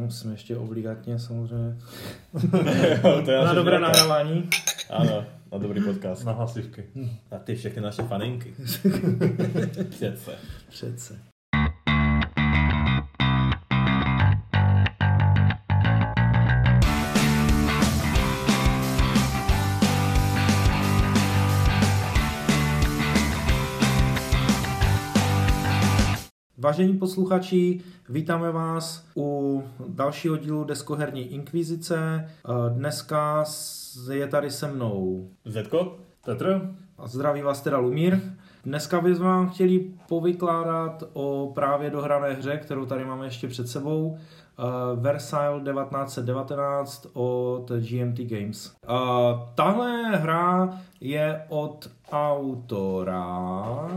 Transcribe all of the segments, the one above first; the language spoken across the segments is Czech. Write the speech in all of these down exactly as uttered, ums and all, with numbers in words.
musíme ještě obligátně samozřejmě. To je na dobré nahrávání. Ano, na dobrý podcast. Na hlasivky. A ty všechny naše faninky. Přece. Přece. Vážení posluchači, vítáme vás u dalšího dílu Deskoherní inkvizice. Dneska je tady se mnou Zetko? Petr? A zdraví vás teda Lumír. Dneska bychom vám chtěli povykládat o právě dohrané hře, kterou tady máme ještě před sebou. Uh, Versailles devatenáct set devatenáct od G M T Games. Uh, tahle hra je od autora...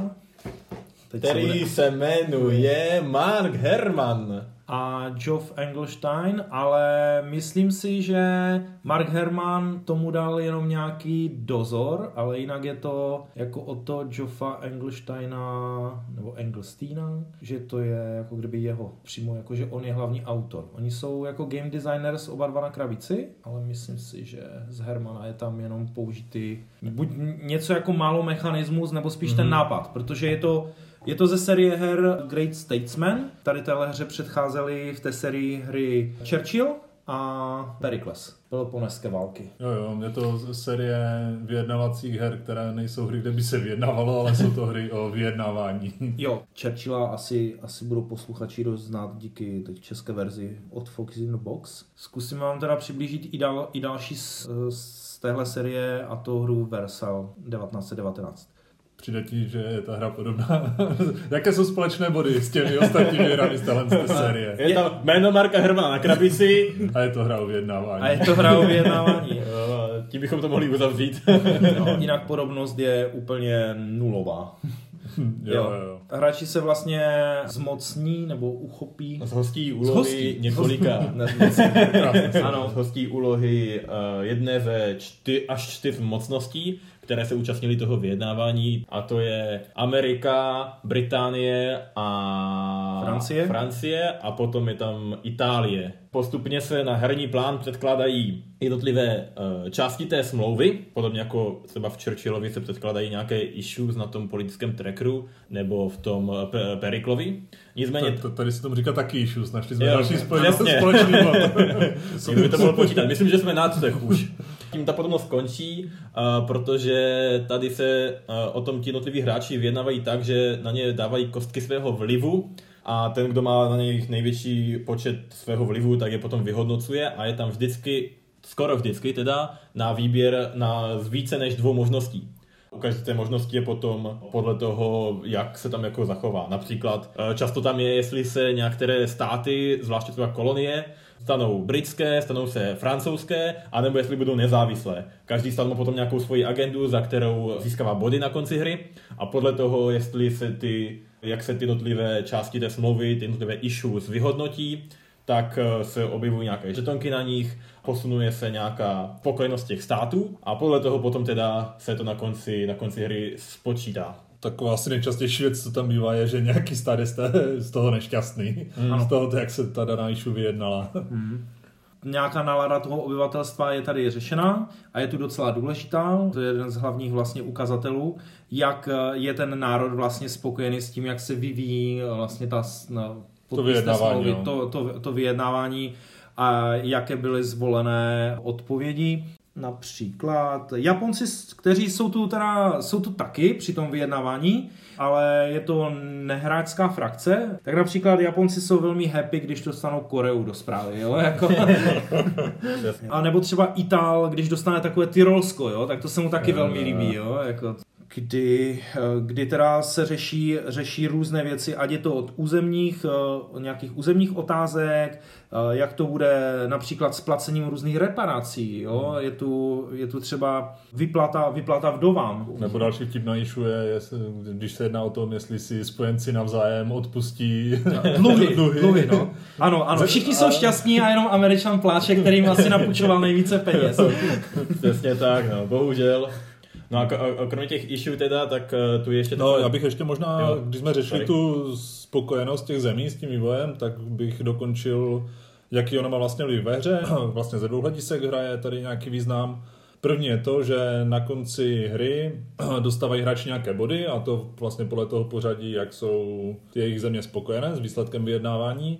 Teď který se, se jmenuje Mark Herman. A Geoff Engelstein, ale myslím si, že Mark Herman tomu dal jenom nějaký dozor, ale jinak je to jako o to Geoffa Engelsteina, nebo Engelsteina, že to je jako kdyby jeho přímo, jako že on je hlavní autor. Oni jsou jako game designers oba dva na krabici, ale myslím si, že z Hermana je tam jenom použitý buď něco jako málo mechanismus, nebo spíš mm-hmm. ten nápad, protože je to Je to ze série her Great Statesman. Tady téhle hře předcházely v té sérii hry Churchill a Pericles. Peloponéské války. Jo, jo, je to série vyjednávacích her, které nejsou hry, kde by se vyjednávalo, ale jsou to hry o vyjednávání. Jo, Churchilla asi, asi budou posluchači znát díky teď české verzi od Fox in the Box. Zkusím vám teda přiblížit i, dal, i další z, z téhle série, a to hru Versailles devatenáct set devatenáct. Přijde ti, že je ta hra podobná. Jaké jsou společné body s těmi ostatními hrami z téhle série? Je tam jméno Marka Hermana na krabici. A je to hra o vyjednávání. A je to hra o vyjednávání. Tím bychom to mohli uzavřít. No, jinak podobnost je úplně nulová. Jo, jo. jo. Hráči se vlastně zmocní nebo uchopí. Zhostí úlohy několika. Ano, zhostí úlohy uh, jedné ze čty, až čtyř mocností, které se účastnili toho vyjednávání, a to je Amerika, Británie a Francie. Francie a potom je tam Itálie. Postupně se na herní plán předkládají jednotlivé uh, části té smlouvy, podobně jako třeba v Churchillovi se předkládají nějaké issues na tom politickém trackeru nebo v tom P- Periklovi. Nicméně... To, to, tady se tomu říká taky issues, našli jsme jo, další společný bod. Kdyby to bylo počítat. Myslím, že jsme na třech už. Tím ta podobnost končí, uh, protože tady se uh, o tom ti jednotliví hráči vyjednávají tak, že na ně dávají kostky svého vlivu a ten, kdo má na něj největší počet svého vlivu, tak je potom vyhodnocuje a je tam vždycky, skoro vždycky teda, na výběr na z více než dvou možností. U každé té možnosti je potom podle toho, jak se tam jako zachová. Například často tam je, jestli se některé státy, zvláště třeba kolonie, stanou britské, stanou se francouzské, anebo jestli budou nezávislé. Každý stát má potom nějakou svoji agendu, za kterou získává body na konci hry, a podle toho, jestli se ty, jak se ty jednotlivé části té smlouvy, ty jednotlivé issues vyhodnotí, tak se objevují nějaké žetonky na nich, posunuje se nějaká spokojenost těch států a podle toho potom teda se to na konci, na konci hry spočítá. Taková asi nejčastější věc, co tam bývá, je, že nějaký stát je z toho nešťastný. Mm. Z toho, jak se ta daná issue vyjednala. Mm. Nějaká nálada toho obyvatelstva je tady řešená a je tu docela důležitá. To je jeden z hlavních vlastně ukazatelů, jak je ten národ vlastně spokojený s tím, jak se vyvíjí vlastně ta to vyjednávání, smlouvy, to, to, to vyjednávání a jaké byly zvolené odpovědi. Například Japonci, kteří jsou tu, teda, jsou tu taky při tom vyjednávání, ale je to nehráčská frakce, tak například Japonci jsou velmi happy, když dostanou Koreu do zprávy, jo, jako. A nebo třeba Itál, když dostane takové Tyrolsko, jo, tak to se mu taky velmi líbí, jo, jako. Kdy, kdy teda se řeší, řeší různé věci, ať je to od územních, nějakých územních otázek, jak to bude například s placením různých reparací, jo? Je, tu, je tu třeba vyplata, vyplata vdovám. Nebo další vtipná issue je, když se jedná o tom, jestli si spojenci navzájem odpustí dluhy. dluhy. dluhy no. Ano, ano, všichni jsou šťastní a jenom Američan pláče, kterým asi napůjčoval nejvíce peněz. Přesně tak, no, bohužel. No a, a kromě těch issue teda, tak tu ještě... No, takové... já bych ještě možná, jo, když jsme řešili sorry. tu spokojenost těch zemí s tím vývojem, tak bych dokončil jaký ona má vlastně vliv ve hře. Vlastně ze dvou hledisek hraje tady nějaký význam. První je to, že na konci hry dostávají hráči nějaké body a to vlastně podle toho pořadí, jak jsou ty jejich země spokojené s výsledkem vyjednávání.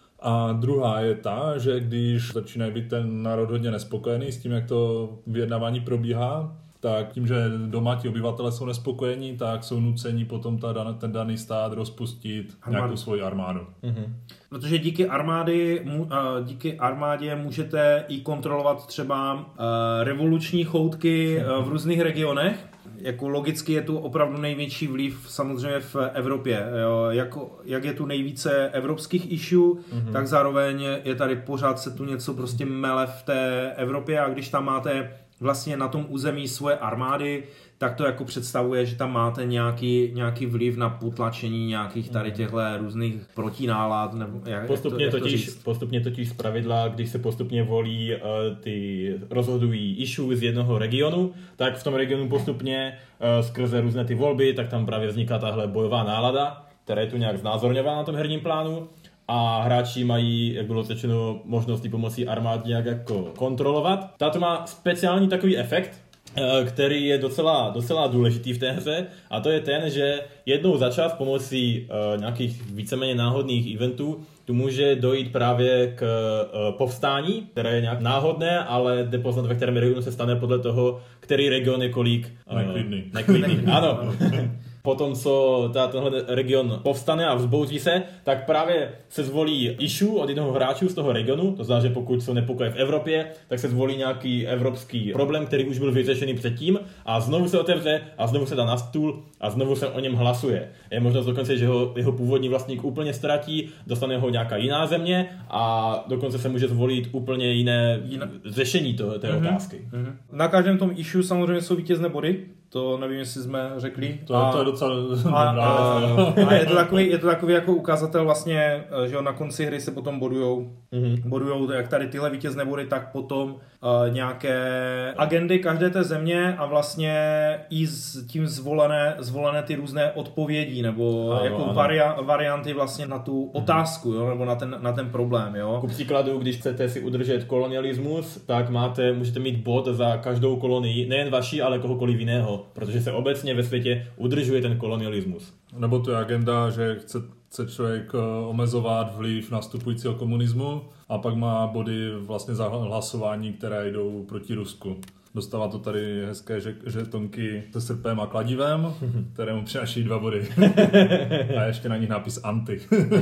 A druhá je ta, že když začíná být ten národ hodně nespokojený s tím, jak to vyjednávání probíhá, tak tím, že doma ti obyvatele jsou nespokojení, tak jsou nuceni potom ta, ten daný stát rozpustit armádu. Nějakou svoji armádu. Mm-hmm. Protože díky, armády, díky armádě můžete i kontrolovat třeba revoluční choutky v různých regionech. Jako logicky je tu opravdu největší vliv samozřejmě v Evropě. Jo. Jako, jak je tu nejvíce evropských issue, mm-hmm. tak zároveň je tady pořád se tu něco prostě mele v té Evropě a když tam máte vlastně na tom území svoje armády, tak to jako představuje, že tam máte nějaký, nějaký vliv na potlačení nějakých tady těchto různých protinálad. Nebo jak, postupně, jak to, jak totiž, to postupně totiž zpravidla, když se postupně volí uh, ty rozhodují issue z jednoho regionu, tak v tom regionu postupně uh, skrze různé ty volby, tak tam právě vzniká tahle bojová nálada, která je tu nějak znázorňována na tom herním plánu. A hráči mají, jak bylo řečeno, možnosti pomocí armád nějak jako kontrolovat. Tato má speciální takový efekt, který je docela, docela důležitý v té hře, a to je ten, že jednou za čas pomocí uh, nějakých víceméně náhodných eventů tu může dojít právě k uh, povstání, které je nějak náhodné, ale jde poznat, ve kterém regionu se stane podle toho, který region je kolik uh, neklidný. neklidný. Ano. Potom, co ta, tenhle region povstane a vzbouří se, tak právě se zvolí issue od jednoho hráčů z toho regionu, to znamená, že pokud jsou nepokoje v Evropě, tak se zvolí nějaký evropský problém, který už byl vyřešený předtím a znovu se otevře a znovu se dá na stůl a znovu se o něm hlasuje. Je možnost dokonce, že ho, jeho původní vlastník úplně ztratí, dostane ho nějaká jiná země a dokonce se může zvolit úplně jiné Jiná... řešení toho, té mm-hmm. otázky. Mm-hmm. Na každém tom issue samozřejmě jsou vítězné body. To nevím, jestli jsme řekli. To, a, to je docela... A, a, a je, to takový, je to takový jako ukazatel vlastně, že na konci hry se potom bodujou, mm-hmm. bodujou jak tady tyhle vítězné body, tak potom uh, nějaké agendy každé té země a vlastně i s tím zvolené, zvolené ty různé odpovědi nebo ano, jako ano. Varia, varianty vlastně na tu otázku, jo, nebo na ten, na ten problém. Jo. Ku příkladu, když chcete si udržet kolonialismus, tak máte, můžete mít bod za každou kolonii, nejen vaši, ale kohokoliv jiného. Protože se obecně ve světě udržuje ten kolonialismus. Nebo to je agenda, že chce, chce člověk omezovat vliv nastupujícího komunismu a pak má body vlastně za hlasování, které jdou proti Rusku. Dostává to tady hezké žetonky se srpem a kladivem, kterému přináší dva body. A ještě na nich nápis anti.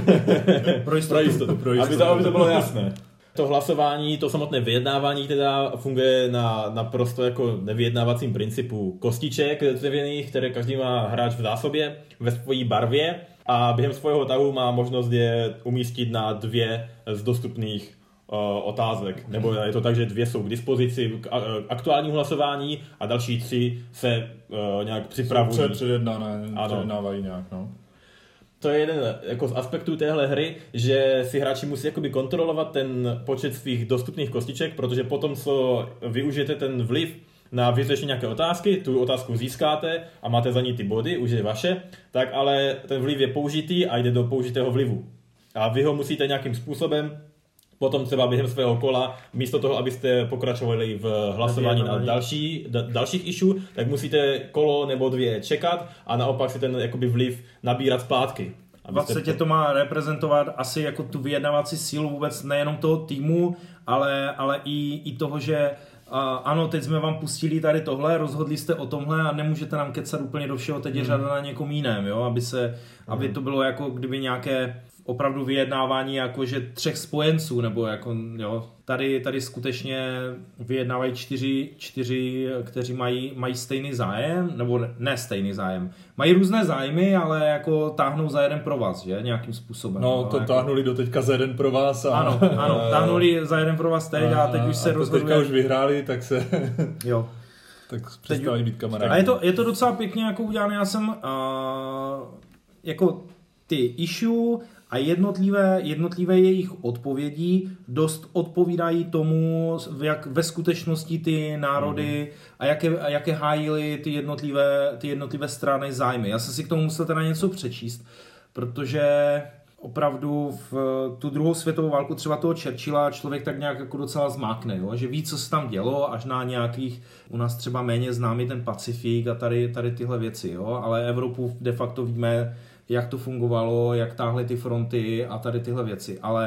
Pro jistotu. Pro jistotu. Pro jistotu. Aby, to, aby to bylo jasné. To hlasování, to samotné vyjednávání teda funguje na naprosto jako nevyjednávacím principu kostiček dřevěných, které každý má hráč v zásobě ve své barvě a během svého tahu má možnost je umístit na dvě z dostupných uh, otázek. Nebo je to tak, že dvě jsou k dispozici k aktuálnímu hlasování a další tři se uh, nějak připravují. Jsou předjednané, předjednávají nějak, no. To je jeden jako z aspektů téhle hry, že si hráči musí jakoby kontrolovat ten počet svých dostupných kostiček, protože potom, co využijete ten vliv na vyřešení nějaké otázky, tu otázku získáte a máte za ní ty body, už je vaše, tak ale ten vliv je použitý a jde do použitého vlivu. A vy ho musíte nějakým způsobem potom třeba během svého kola, místo toho, abyste pokračovali v hlasování na další, da, dalších issue, tak musíte kolo nebo dvě čekat a naopak si ten jakoby vliv nabírat zpátky. V podstatě to má reprezentovat asi jako tu vyjednávací sílu vůbec nejenom toho týmu, ale, ale i, i toho, že uh, ano, teď jsme vám pustili tady tohle, rozhodli jste o tomhle a nemůžete nám kecat úplně do všeho, teď je řada na někom jiném, jo? Aby, se, mm. aby to bylo jako kdyby nějaké opravdu vyjednávání jakože třech spojenců, nebo jako, jo, tady, tady skutečně vyjednávají čtyři, čtyři kteří mají, mají stejný zájem, nebo ne stejný zájem. Mají různé zájmy, ale jako táhnou za jeden pro vás, že, nějakým způsobem. No, to jako... táhnuli do teďka za jeden pro vás. A... Ano, ano, táhnuli za jeden pro vás teď a, a teď už se a to rozhoduje. teďka už vyhráli, tak se... Jo. Tak přestali být kamarádi. A je to, je to docela pěkně jako udělané, já jsem uh, jako ty issue a jednotlivé, jednotlivé jejich odpovědi dost odpovídají tomu, jak ve skutečnosti ty národy mm. a jaké, a jaké hájily ty jednotlivé, ty jednotlivé strany zájmy. Já jsem si k tomu musel teda něco přečíst, protože opravdu v tu druhou světovou válku třeba toho Churchilla člověk tak nějak jako docela zmákne, jo? Že ví, co se tam dělo, až na nějakých, u nás třeba méně známý ten Pacifik a tady, tady tyhle věci, jo? Ale Evropu de facto víme, jak to fungovalo, jak táhly ty fronty a tady tyhle věci, ale,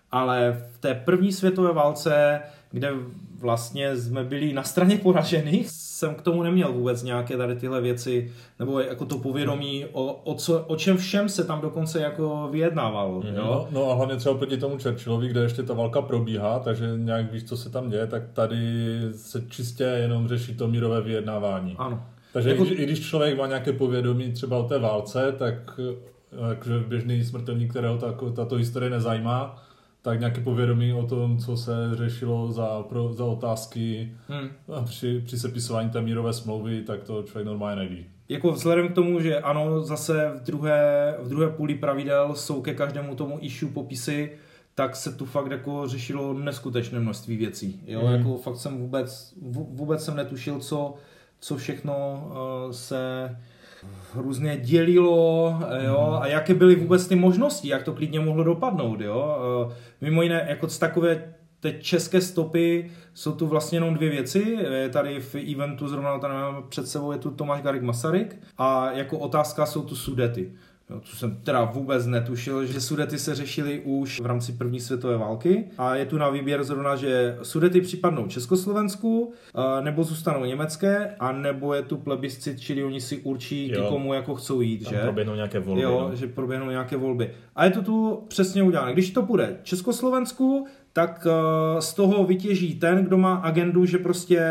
ale v té první světové válce, kde vlastně jsme byli na straně poražených, jsem k tomu neměl vůbec nějaké tady tyhle věci, nebo jako to povědomí, o, o, co, o čem všem se tam dokonce jako vyjednávalo. Mm, jo? No, no a hlavně třeba proti tomu Churchillovi, kde ještě ta válka probíhá, takže nějak víš, co se tam děje, tak tady se čistě jenom řeší to mírové vyjednávání. Ano. Takže jako... i, i když člověk má nějaké povědomí třeba o té válce, tak jakože běžný smrtelník, kterého tato, tato historie nezajímá, tak nějaké povědomí o tom, co se řešilo za, pro, za otázky hmm. a při, při sepisování té mírové smlouvy, tak to člověk normálně neví. Jako vzhledem k tomu, že ano, zase v druhé, v druhé půli pravidel jsou ke každému tomu issue popisy, tak se tu fakt jako řešilo neskutečné množství věcí. Jo? Hmm. Jako fakt jsem vůbec, vůbec jsem netušil, co, co všechno uh, se různě dělilo, jo, a jaké byly vůbec ty možnosti, jak to klidně mohlo dopadnout, jo. Mimo jiné, jako takové teď české stopy jsou tu vlastně jenom dvě věci. Tady v eventu zrovna tady před sebou je tu Tomáš Garrigue Masaryk a jako otázka jsou tu Sudety. Jo, to jsem teda vůbec netušil, že Sudety se řešily už v rámci první světové války a je tu na výběr zrovna, že Sudety připadnou Československu, nebo zůstanou německé, a nebo je tu plebiscit, čili oni si určí, k komu jako chcou jít. Tam že? proběhnou nějaké volby. Jo, no. že proběhnou nějaké volby. A je to tu přesně udělané. Když to půjde Československu, tak uh, z toho vytěží ten, kdo má agendu, že prostě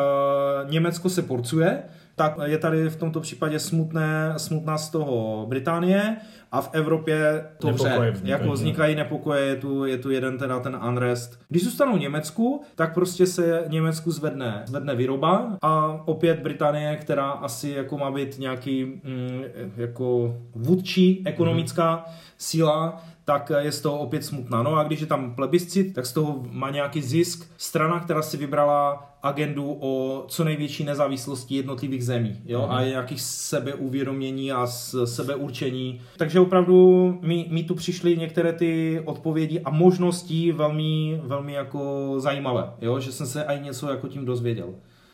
uh, Německo se porcuje, tak je tady v tomto případě smutné, smutná z toho Británie a v Evropě to vře. Jako vznikají nepokoje, je tu, je tu jeden teda ten unrest. Když zůstanou Německu, tak prostě se Německu zvedne, zvedne výroba a opět Británie, která asi jako má být nějaký mm, jako vůdčí ekonomická mm. síla, tak je z toho opět smutná. No a když je tam plebiscit, tak z toho má nějaký zisk strana, která si vybrala agendu o co největší nezávislosti jednotlivých zemí, jo, mm. a nějakých sebeuvědomění a sebeurčení. Takže opravdu mi, mi tu přišly některé ty odpovědi a možnosti velmi, velmi jako zajímavé, jo, že jsem se aj něco jako tím dozvěděl.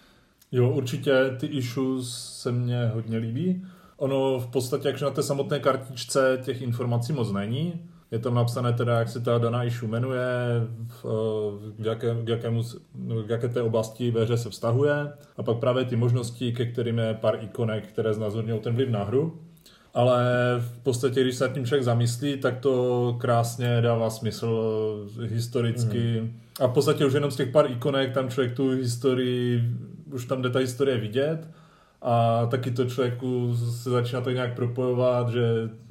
Jo, určitě ty issues se mně hodně líbí. Ono v podstatě, jakže na té samotné kartičce těch informací moc není. Je tam napsané teda, jak se ta daná issue jmenuje, v, v, jaké, v, jakému, v jaké té oblasti ve hře se vztahuje a pak právě ty možnosti, ke kterým je pár ikonek, které znázorňují ten vliv na hru. Ale v podstatě, když se nad tím člověk zamyslí, tak to krásně dává smysl historicky. Mm. A v podstatě už jenom z těch pár ikonek tam člověk tu historii, už tam jde ta historie vidět a taky to člověku se začíná to nějak propojovat, že...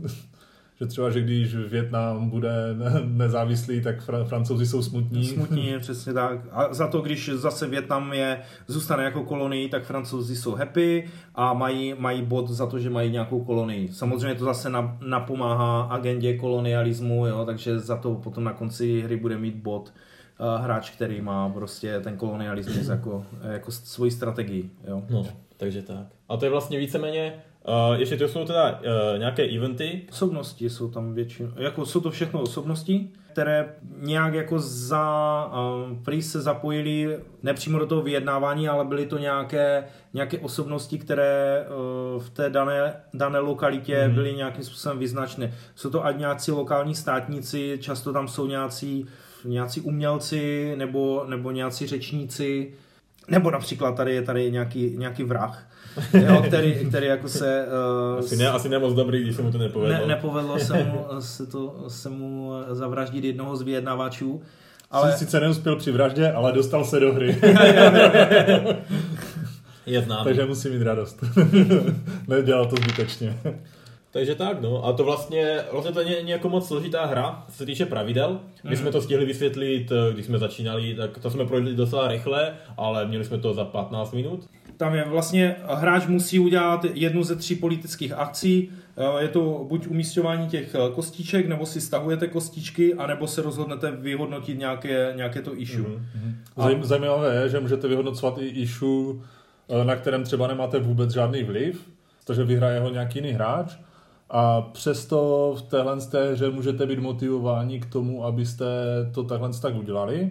že třeba, že když Vietnam bude nezávislý, tak Fran- Francouzi jsou smutní. Smutní, přesně tak. A za to, když zase Vietnam je, zůstane jako kolonii, tak Francouzi jsou happy a mají, mají bod za to, že mají nějakou kolonii. Samozřejmě to zase napomáhá agendě kolonialismu, jo, takže za to potom na konci hry bude mít bod uh, hráč, který má prostě ten kolonialismus jako, jako svoji strategii. Jo. No, takže tak. A to je vlastně víceméně. Uh, ještě to jsou teda uh, nějaké eventy. Osobnosti jsou tam většinou, jako jsou to všechno osobnosti, které nějak jako za, uh, prý se zapojili nepřímo do toho vyjednávání, ale byly to nějaké, nějaké osobnosti, které uh, v té dané, dané lokalitě mm. byly nějakým způsobem vyznačné. Jsou to ať nějací lokální státníci, často tam jsou nějací, nějací umělci nebo, nebo nějací řečníci, nebo například tady je tady nějaký, nějaký vrah, jo, který, který jako se... Uh, asi, ne, asi nemoc dobrý, když se mu to nepovedlo. Ne, nepovedlo se mu, se, to, se mu zavraždit jednoho z vyjednávačů. Ale... Jsi sice neuspěl při vraždě, ale dostal se do hry. Je známý. Takže musí mít radost. Nedělal to zbytečně. Takže tak, no. A to vlastně, vlastně to není jako moc složitá hra, co se týče pravidel. My mm. jsme to stihli vysvětlit, když jsme začínali, tak to jsme projeli docela rychle, ale měli jsme to za patnáct minut. Tam je vlastně, hráč musí udělat jednu ze tří politických akcí. Je to buď umísťování těch kostiček, nebo si stahujete kostičky, anebo se rozhodnete vyhodnotit nějaké, nějaké to issue. Mm-hmm. A... Zajímavé je, že můžete vyhodnocovat i issue, na kterém třeba nemáte vůbec žádný vliv, protože vyhraje ho nějaký jiný hráč. A přesto v téhle hře můžete být motivováni k tomu, abyste to takhle tak udělali.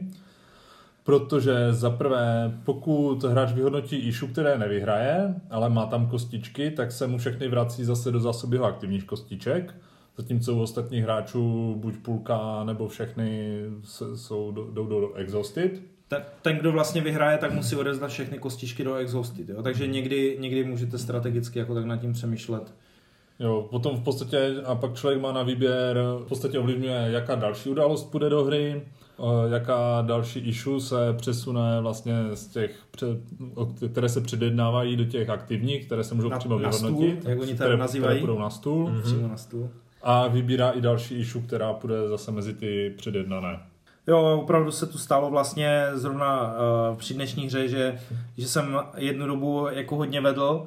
Protože za prvé, pokud hráč vyhodnotí issue, které nevyhraje, ale má tam kostičky, tak se mu všechny vrací zase do zásoby jeho aktivních kostiček. Zatímco u ostatních hráčů buď půlka nebo všechny jsou, jdou do exhausted. Ten, kdo vlastně vyhraje, tak musí odevzdat všechny kostičky do exhausted. Jo? Takže někdy, někdy můžete strategicky jako tak nad tím přemýšlet. Jo, potom v podstatě, a pak člověk má na výběr, v podstatě ovlivňuje, jaká další událost půjde do hry, jaká další issue se přesune vlastně z těch, které se předjednávají do těch aktivních, které se můžou na, přímo na vyhodnotit, stůl, jak oni které, nazývají. které půjdou na stůl. Mm-hmm. Přímo na stůl. A vybírá i další issue, která půjde zase mezi ty předjednané. Jo, opravdu se tu stalo vlastně zrovna uh, při dnešní hře, že, že jsem jednu dobu jako hodně vedl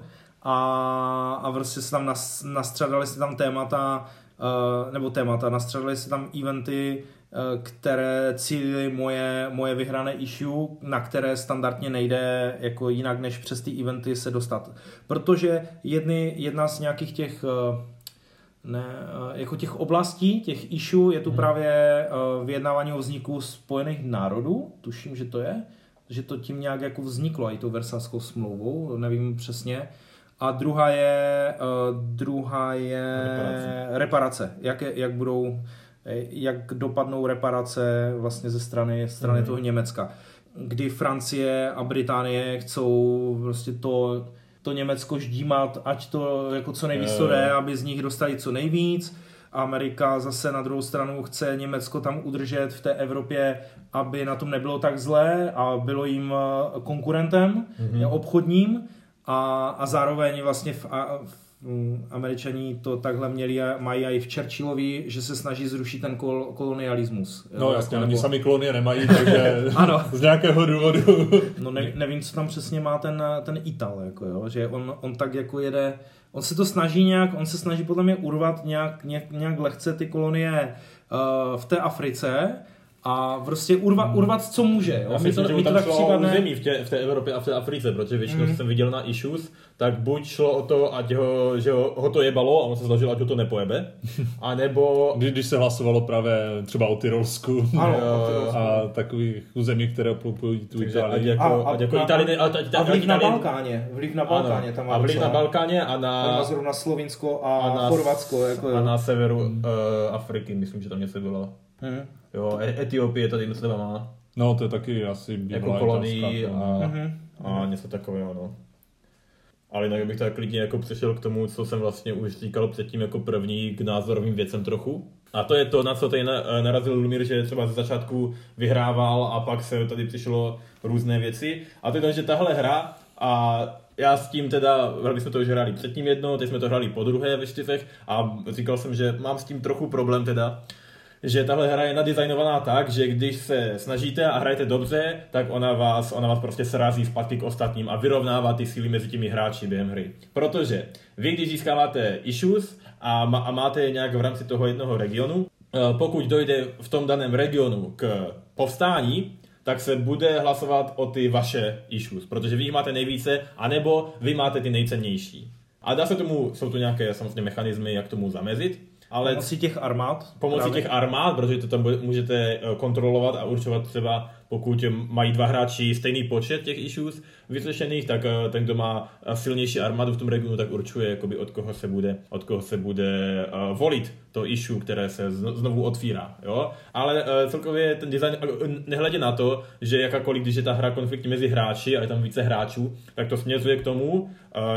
a, a prostě se tam nas, nastřadali se tam témata, uh, nebo témata, nastřadali se tam eventy, uh, které cílily moje, moje vyhrané issue, na které standardně nejde jako jinak než přes ty eventy se dostat. Protože jedny, jedna z nějakých těch uh, Ne, jako těch oblastí, těch issue, je tu hmm. právě uh, vyjednávání o vzniku Spojených národů, tuším, že to je, že to tím nějak jako vzniklo, i tou Versalskou smlouvou, nevím přesně. A druhá je, uh, druhá je reparace, reparace. Jak, jak budou, jak dopadnou reparace vlastně ze strany, strany hmm. toho Německa. Kdy Francie a Británie chcou prostě to to Německo ždímat, ať to jako co nejvíc to jde, aby z nich dostali co nejvíc. Amerika zase na druhou stranu chce Německo tam udržet v té Evropě, aby na tom nebylo tak zlé a bylo jim konkurentem mm-hmm. obchodním a, a zároveň vlastně v, a, v Američani to takhle měli a mají i v Churchillovi, že se snaží zrušit ten kol, kolonialismus. No jasně, oni sami kolonie nemají, takže ano. z nějakého důvodu. No ne, nevím, co tam přesně má ten, ten Ital, jako jo, že on, on tak jako jede, on se to snaží nějak, on se snaží podle mě urvat nějak, nějak, nějak lehce ty kolonie uh, v té Africe, a prostě urva, urvat, co může. Jo? Já myslím, to, že tam tak šlo o území v, tě, v té Evropě a v té Africe, protože většinou mm. jsem viděl na issues, tak buď šlo o to, ať ho, že ho, ho to jebalo a on se snažil, ať ho to nepojebe, anebo... Když, když se hlasovalo právě třeba o Tyrolsku ano, a takových území, které obklopují tu Itálii. Jako, a, a, jako Itálii, a, a, a vliv na Balkáně. Vliv na Balkáně. Tam a vliv na Balkáně a na... Tam na Slovinsko a, a na, Chorvatsko. Jako, a na severu uh, Afriky, myslím, že tam něco bylo. Hmm. Jo, Etiopie tady něco má. No, to je taky asi jako kolonii a, uh-huh. a něco takového, no. Ale jinak bych tak klidně jako přešel k tomu, co jsem vlastně už říkal předtím jako první k názorovým věcem trochu. A to je to, na co tady narazil Lumír, že třeba ze začátku vyhrával a pak se tady přišlo různé věci. A to je to, že tahle hra a já s tím teda, my jsme to už hráli předtím jednou, teď jsme to hráli po druhé ve čtyřech a říkal jsem, že mám s tím trochu problém teda, že tahle hra je nadizajnovaná tak, že když se snažíte a hrajete dobře, tak ona vás, ona vás prostě srazí zpátky k ostatním a vyrovnává ty síly mezi těmi hráči během hry. Protože vy, když získáváte issues a, má, a máte je nějak v rámci toho jednoho regionu, pokud dojde v tom daném regionu k povstání, tak se bude hlasovat o ty vaše issues, protože vy jich máte nejvíce, anebo vy máte ty nejcennější. A dá se tomu, jsou tu nějaké samozřejmě mechanismy, jak tomu zamezit. Ale pomocí těch armád? Pomocí právě. těch armád, protože to tam můžete kontrolovat a určovat třeba, pokud mají dva hráči stejný počet těch issues vyřešených, tak ten, kdo má silnější armádu v tom regionu, tak určuje, jakoby, od koho se bude, od koho se bude uh, volit to issue, které se znovu otvírá. Jo? Ale uh, celkově ten design, nehledě na to, že jakákoliv, když je ta hra konfliktní mezi hráči a je tam více hráčů, tak to směřuje k tomu, uh,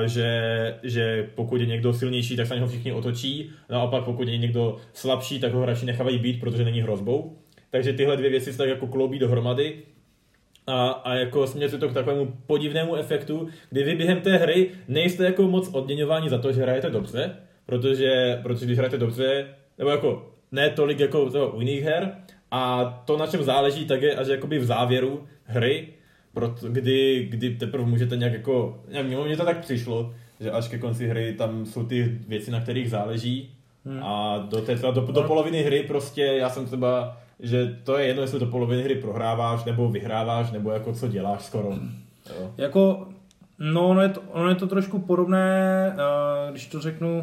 že, že pokud je někdo silnější, tak se na něho všichni otočí, naopak pokud je někdo slabší, tak ho hráči nechávají být, protože není hrozbou. Takže tyhle dvě věci se tak jako kloubí dohromady a, a jako směřuje to k takovému podivnému efektu, kdy vy během té hry nejste jako moc odměňováni za to, že hrajete dobře, protože, protože když hrajete dobře, nebo jako ne tolik jako to u jiných her, a to, na čem záleží, tak je až jakoby v závěru hry, proto, kdy, kdy teprve můžete nějak jako, nevím, mně to tak přišlo, že až ke konci hry tam jsou ty věci, na kterých záleží. Hmm. A do, té, do, do poloviny hry prostě já jsem třeba, že to je jedno, jestli do poloviny hry prohráváš, nebo vyhráváš, nebo jako co děláš skoro. Jo. Jako, no ono je, to, ono je to trošku podobné, uh, když to řeknu,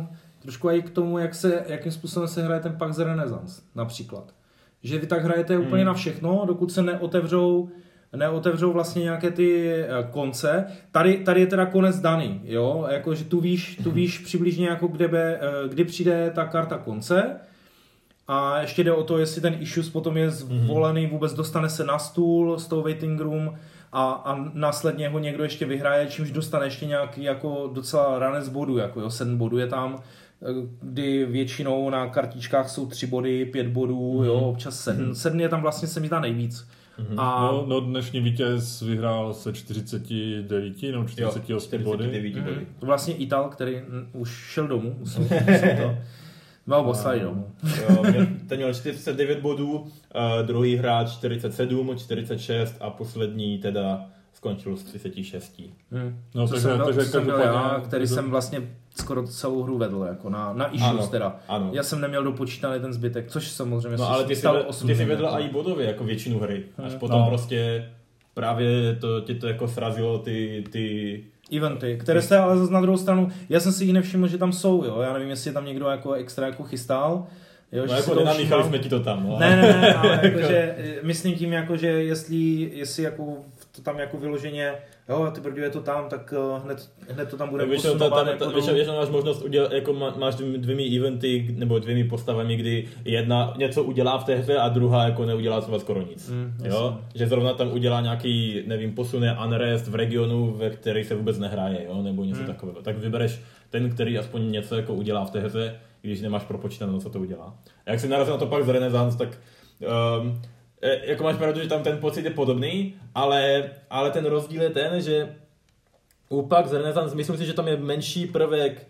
trošku i k tomu, jak se, jakým způsobem se hraje ten Pax Renaissance například. Že vy tak hrajete úplně hmm. na všechno, dokud se neotevřou neotevřou vlastně nějaké ty konce. Tady, tady je teda konec daný, jo, jakože tu víš, tu víš přibližně jako kde, be, kdy přijde ta karta konce a ještě jde o to, jestli ten issues potom je zvolený, vůbec dostane se na stůl z toho waiting room a, a následně ho někdo ještě vyhraje, čímž dostane ještě nějaký jako docela ranec bodů, jako jo, sedm bodů je tam, kdy většinou na kartičkách jsou tři body, pět bodů, jo, občas sedm, sedm je tam vlastně se mi zdá nejvíc. Mm-hmm. A no, no, dnešní vítěz vyhrál se čtyřicet devět, no čtyřicet osm body. Mm-hmm. To vlastně Ital, který už šel domů, musel, musel to. Mal poslali domů. Ten měl čtyřicet devět bodů, uh, druhý hráč čtyřicet sedm, čtyřicet šest a poslední teda skončil s třicet šest. Hmm. No, takže, jsem, takže jsem byl já, který jsem vlastně skoro celou hru vedl, jako na, na issues teda. Ano. Já jsem neměl dopočítaný ten zbytek, což samozřejmě no, ale ty jsi, osm, ty jsi vedl jako. I bodově, jako většinu hry. Až hmm. potom no. prostě právě to, tě to jako srazilo ty... ty... eventy, které jste ale zase na druhou stranu, já jsem si jich nevšiml, že tam jsou, jo, já nevím, jestli tam někdo jako extra jako chystal. Jo, no jako nenamíchali jsme ti to tam, no. Ne, ne, ne, ale jakože, myslím tím jako, že jestli, jestli jako to tam jako vyloženě, jo, ty brdě je to tam, tak hned, hned to tam bude posunovat. Jako většinou máš možnost udělat, jako máš dvěmi eventy, nebo dvěmi postavami, kdy jedna něco udělá v té hře a druhá jako neudělá třeba skoro nic. Mm, jo? Že zrovna tam udělá nějaký, nevím, posune unrest v regionu, ve který se vůbec nehraje, jo, nebo něco mm. takového. Tak vybereš ten, který aspoň něco jako udělá v té hře, když nemáš propočítané, co to udělá. A jak si narazil na to pak z Renaissance, tak um, jako máš pravdu, že tam ten pocit je podobný, ale, ale ten rozdíl je ten, že u Pax Renaissance, myslím si, že tam je menší prvek,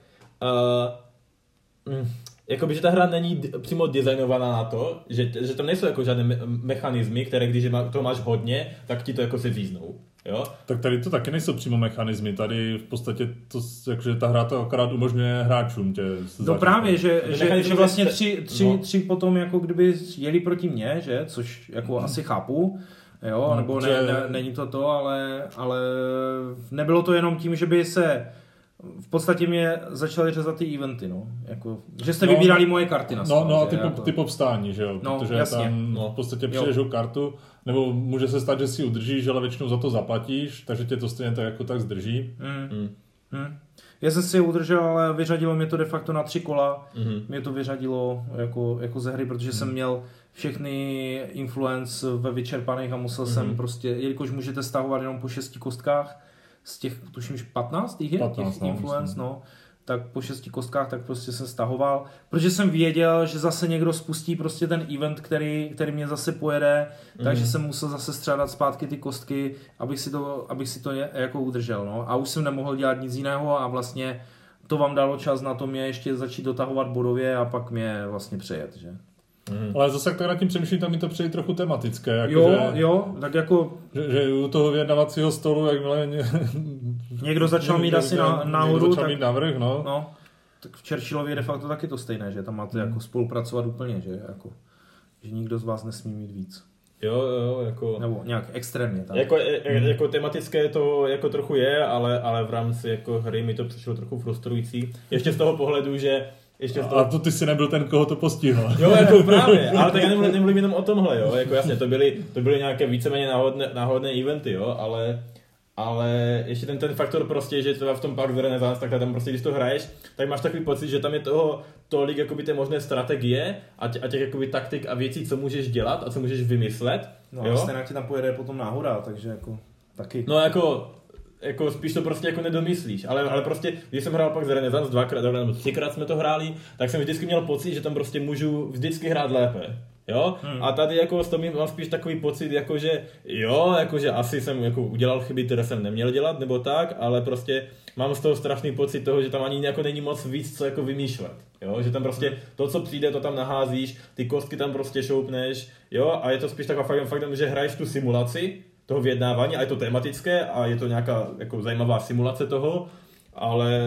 uh, mm, jakoby, že ta hra není přímo designovaná na to, že, že tam nejsou jako žádné me- mechanismy, které když to máš hodně, tak ti to jako se význou. Jo? Tak tady to taky nejsou přímo mechanismy, tady v podstatě to, jakže ta hra to akorát umožňuje hráčům tě no právě, že, že, že vlastně tři, tři, no. tři potom jako kdyby jeli proti mně, že, což jako asi chápu, jo, no, nebo ne, že... ne, není to to, ale, ale nebylo to jenom tím, že by se v podstatě mě začaly řezat ty eventy, no, jako, že jste no, vybírali moje karty na No, no a ty, po, ty povstání, že jo, no, protože jasně. tam no. v podstatě přijdeš o kartu, nebo může se stát, že si udržíš, ale většinou za to zaplatíš, takže tě to stejně tak jako tak zdrží. Mm. Mm. Mm. Já jsem si je udržel, ale vyřadilo mě to de facto na tři kola, mm. mě to vyřadilo jako, jako ze hry, protože mm. jsem měl všechny influence ve vyčerpaných a musel mm. jsem prostě, jelikož můžete stahovat jenom po šesti kostkách, z těch, tuším, že patnáct je patnáct, těch no, influence, no, tak po šesti kostkách tak prostě jsem stahoval, protože jsem věděl, že zase někdo spustí prostě ten event, který, který mě zase pojede, mm. takže jsem musel zase střádat zpátky ty kostky, abych si to, abych si to jako udržel, no, a už jsem nemohl dělat nic jiného a vlastně to vám dalo čas na to mě ještě začít dotahovat bodově a pak mě vlastně přejet, že. Mm. Ale zase jak tak nad tím přemýšlím, tam mi to přejde trochu tematické. Jako jo, že, jo, tak jako... Že, že u toho vyjednavacího stolu, jakmile ně, někdo začal mít asi na, nahoru, začal tak, mít navrch, no. no. Tak v Churchillově je de facto taky to stejné, že tam máte mm. jako spolupracovat úplně, že jako, že nikdo z vás nesmí mít víc. Jo, jo, jako... Nebo nějak extrémně tam. Jako, mm. jako tematické to jako trochu je, ale, ale v rámci jako hry mi to přišlo trochu frustrující. Ještě z toho pohledu, že Ještě a, a to ty si nebyl ten, koho to postihl. Jo, jako právě, ale tak já nemluvím, nemluvím jenom o tomhle, jo, jako jasně, to byly, to byly nějaké víceméně náhodné, náhodné eventy, jo, ale, ale ještě ten, ten faktor prostě, že třeba v tom Pax Renaissance, tak tam prostě, když to hraješ, tak máš takový pocit, že tam je toho tolik jakoby té možné strategie a, tě, a těch jakoby taktik a věcí, co můžeš dělat a co můžeš vymyslet. No a stejně ti tam pojede potom náhoda, takže jako taky. No jako... Jako spíš to prostě jako nedomyslíš, ale, ale prostě, když jsem hrál pak z Renaissance dvakrát nebo třikrát jsme to hráli, tak jsem vždycky měl pocit, že tam prostě můžu vždycky hrát lépe. Jo? Hmm. A tady jako s tom mám spíš takový pocit, jako že jo, jako že asi jsem jako udělal chyby, které jsem neměl dělat, nebo tak, ale prostě mám z toho strašný pocit toho, že tam ani jako není moc víc, co jako vymýšlet. Jo? Že tam prostě to, co přijde, to tam naházíš, ty kostky tam prostě šoupneš, jo, a je to spíš taková fakt, fakt že hraješ tu simulaci toho vyjednávání a je to tematické a je to nějaká jako zajímavá simulace toho, ale,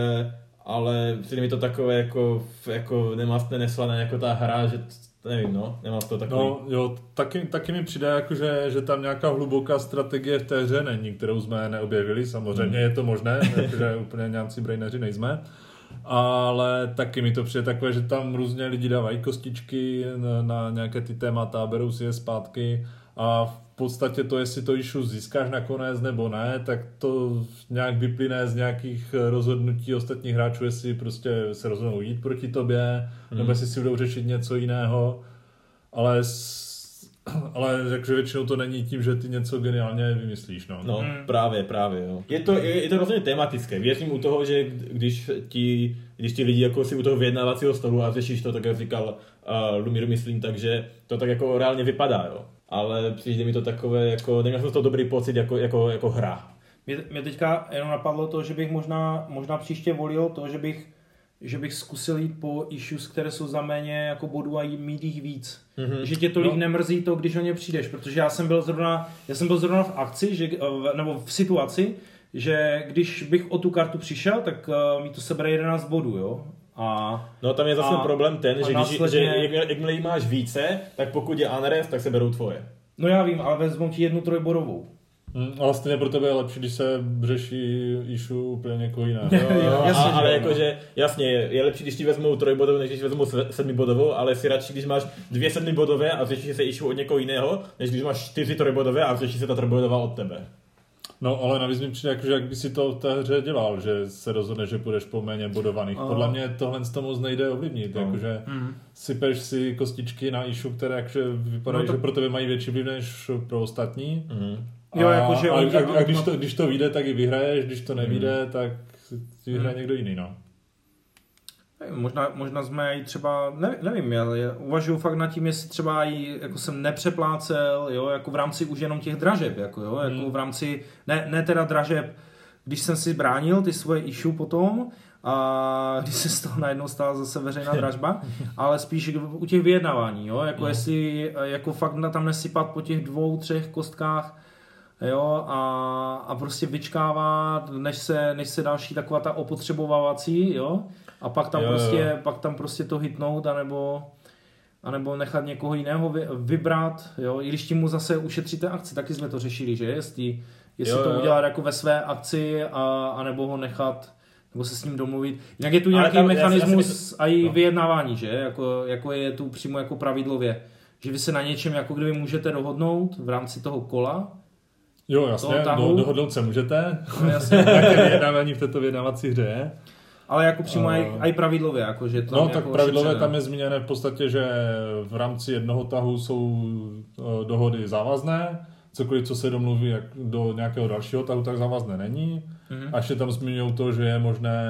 ale přijde mi to takové jako, jako nemastné, neslané jako ta hra, že nevím, no, nemá to takový. No jo, taky, taky mi přijde jako, že, že tam nějaká hluboká strategie v té hře není, kterou jsme neobjevili, samozřejmě hmm. je to možné, že úplně nějací braineři nejsme, ale taky mi to přijde takové, že tam různě lidi dávají kostičky na, na nějaké ty témata, berou si je zpátky a v podstatě to, jestli to issue získáš nakonec nebo ne, tak to nějak vyplyne z nějakých rozhodnutí ostatních hráčů, jestli prostě se rozhodnou jít proti tobě, hmm. nebo jestli si budou řešit něco jiného, ale ale takže většinou to není tím, že ty něco geniálně vymyslíš, no. No, hmm. právě, právě, jo. Je to, je, je to rozhodně tematické. Věřím u toho, že když ti, když ti lidi jako si u toho vyjednávacího stolu a řešíš to, tak jak říkal uh, Lumír, myslím, takže to tak jako reálně vypadá, jo. Ale přijde mi to takové, jako, neměl jsem z toho dobrý pocit jako, jako, jako hra. Mě, mě teďka jenom napadlo to, že bych možná, možná příště volil to, že bych že bych zkusil jít po issues, které jsou za méně jako bodů a mít jich víc. Mm-hmm. Že tě tolik no. nemrzí to, když o ně přijdeš, protože já jsem byl zrovna, já jsem byl zrovna v akci, že, nebo v situaci, že když bych o tu kartu přišel, tak uh, mi to sebere jedenáct bodů, jo. A, no tam je zase a, problém ten, že, následně... když, že jak, jakmile jí máš více, tak pokud je unrest, tak se berou tvoje. No já vím, ale vezmou ti jednu trojbodovou. Hmm, ale stejně pro tebe je lepší, když se řeší issue úplně někoho jiného. Jo, jo, jasně, a, ale jakože, jasně, je lepší, když ti vezmou trojbodovou, než když vezmou sedmibodovou, ale si radši, když máš dvě sedmibodové a řeší se issue od někoho jiného, než když máš čtyři trojbodové a řeší se ta trojbodová od tebe. No, ale navíc mi přijde, jakože jak by si to v té hře dělal, že se rozhodne, že půjdeš po méně bodovaných. Oh. Podle mě tohle z toho moc nejde ovlivnit, oh. jakože mm. sypeš si kostičky na issue, které jakože vypadají, no to... že pro tebe mají větší vliv než pro ostatní. Mm. A, jo, jako, že a, a, a když, to, když to vyjde, tak i vyhraješ, když to nevyjde, hmm. tak si vyhraje hmm. někdo jiný, no. Možná, možná jsme i třeba, ne, nevím, já, já uvažuji fakt nad tím, jestli třeba i jako jsem nepřeplácel, jo, jako v rámci už jenom těch dražeb, jako jo, jako hmm. v rámci, ne, ne teda dražeb, když jsem si bránil ty svoje issue potom, a když se z toho najednou stala zase veřejná dražba, ale spíš u těch vyjednávání, jo, jako no. jestli, jako fakt tam nesypat po těch dvou, třech kostkách, jo, a, a prostě vyčkávat, než se, než se další taková ta opotřebovávací, jo, a pak tam, jo, prostě, jo. pak tam prostě to hitnout, anebo, anebo nechat někoho jiného vy, vybrat, jo, i když tím mu zase ušetříte akci, taky jsme to řešili, že, jestli, jestli jo, to jo. udělat jako ve své akci, a, anebo ho nechat, nebo se s ním domluvit. Jinak je tu nějaký tam, mechanismus a i no. vyjednávání, že, jako, jako je tu přímo jako pravidlově, že vy se na něčem jako kdyby můžete dohodnout v rámci toho kola. Jo, jasně, do, dohodnout se můžete. No, jasně. Jaké vyjednávání v této vyjednávací hře je. Ale jako přímo uh, i pravidlově. Jako, že no jako tak pravidlově tam je zmíněné v podstatě, že v rámci jednoho tahu jsou uh, dohody závazné. Cokoliv, co se domluví jak do nějakého dalšího tahu, tak závazné není. Mm-hmm. A ještě tam zmiňují to, že je možné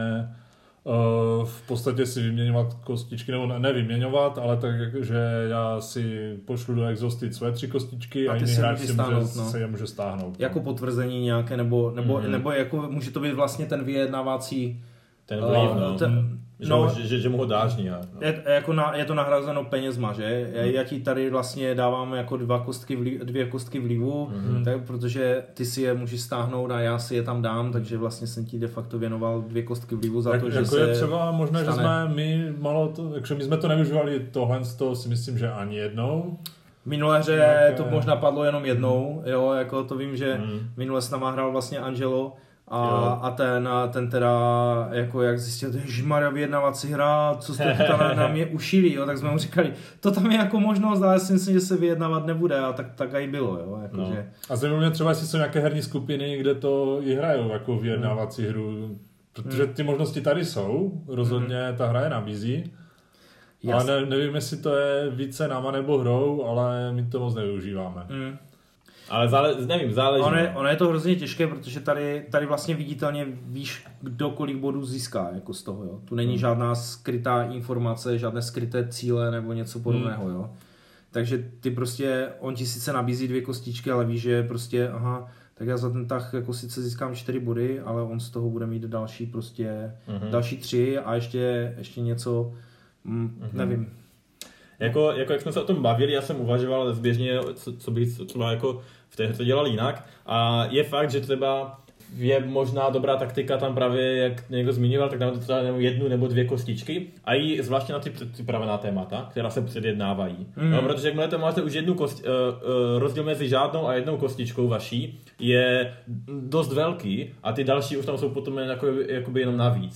uh, v podstatě si vyměňovat kostičky, nebo ne, ne vyměňovat, ale tak, že já si pošlu do Exhausted své tři kostičky a, a jiný hráč si může, no. se je může stáhnout. Jako potvrzení nějaké, nebo, nebo, mm-hmm. nebo jako může to být vlastně ten vyjednávací ten vliv, no. Ten, no, že, že, že mu ho dáš nějak. No. Je, jako na, je to nahrazeno penězma, že? Já, já ti tady vlastně dávám jako dva kostky vliv, dvě kostky vlivu, mm-hmm. tak, protože ty si je můžeš stáhnout a já si je tam dám, takže vlastně jsem ti de facto věnoval dvě kostky vlivu za tak, to, jako že je se třeba možná, stane. Že jsme my malo to, takže my jsme to nevyužívali tohle, to si myslím, že ani jednou. V minulé hře nějaké... to možná padlo jenom jednou, jo, jako to vím, že mm. minule s náma hrál vlastně Angelo, A, a ten, ten teda, jako jak zjistil, ježišmarja, vyjednávací hra, co jste to tam na mě ušili, jo, tak jsme mu říkali, to tam je jako možnost, ale já si myslím, že se vyjednávat nebude, a tak, tak i bylo, jo. Jako no. že... A zajímavé mě třeba, jestli jsou nějaké herní skupiny, kde to i hrajou, jako vyjednávací hmm. hru, protože ty možnosti tady jsou, rozhodně hmm. ta hra je nabízí, Jasne. ale ne, nevím, jestli to je více náma nebo hrou, ale my to moc nevyužíváme. Hmm. Ale zále, nevím, záleží. Ono je, ono je to hrozně těžké, protože tady, tady vlastně viditelně víš, kdo kolik bodů získá jako z toho. Jo. Tu není hmm. žádná skrytá informace, žádné skryté cíle nebo něco podobného. Hmm. Jo. Takže ty prostě, on ti sice nabízí dvě kostičky, ale víš, že prostě, aha, tak já za ten tah jako sice získám čtyři body, ale on z toho bude mít další prostě, hmm. další tři a ještě, ještě něco, mm, hmm. nevím. Jako, jako jak jsme se o tom bavili, já jsem uvažoval zběžně, co, co by třeba jako v té hře dělal jinak. A je fakt, že třeba je možná dobrá taktika tam právě, jak někdo zmiňoval, tak dáme třeba jednu nebo dvě kostičky a i zvláště na ty připravená témata, která se předjednávají. Mm. No, protože jakmile to máte už jednu kost, uh, uh, rozdíl mezi žádnou a jednou kostičkou vaší je dost velký a ty další už tam jsou potom jako, jakoby jenom navíc.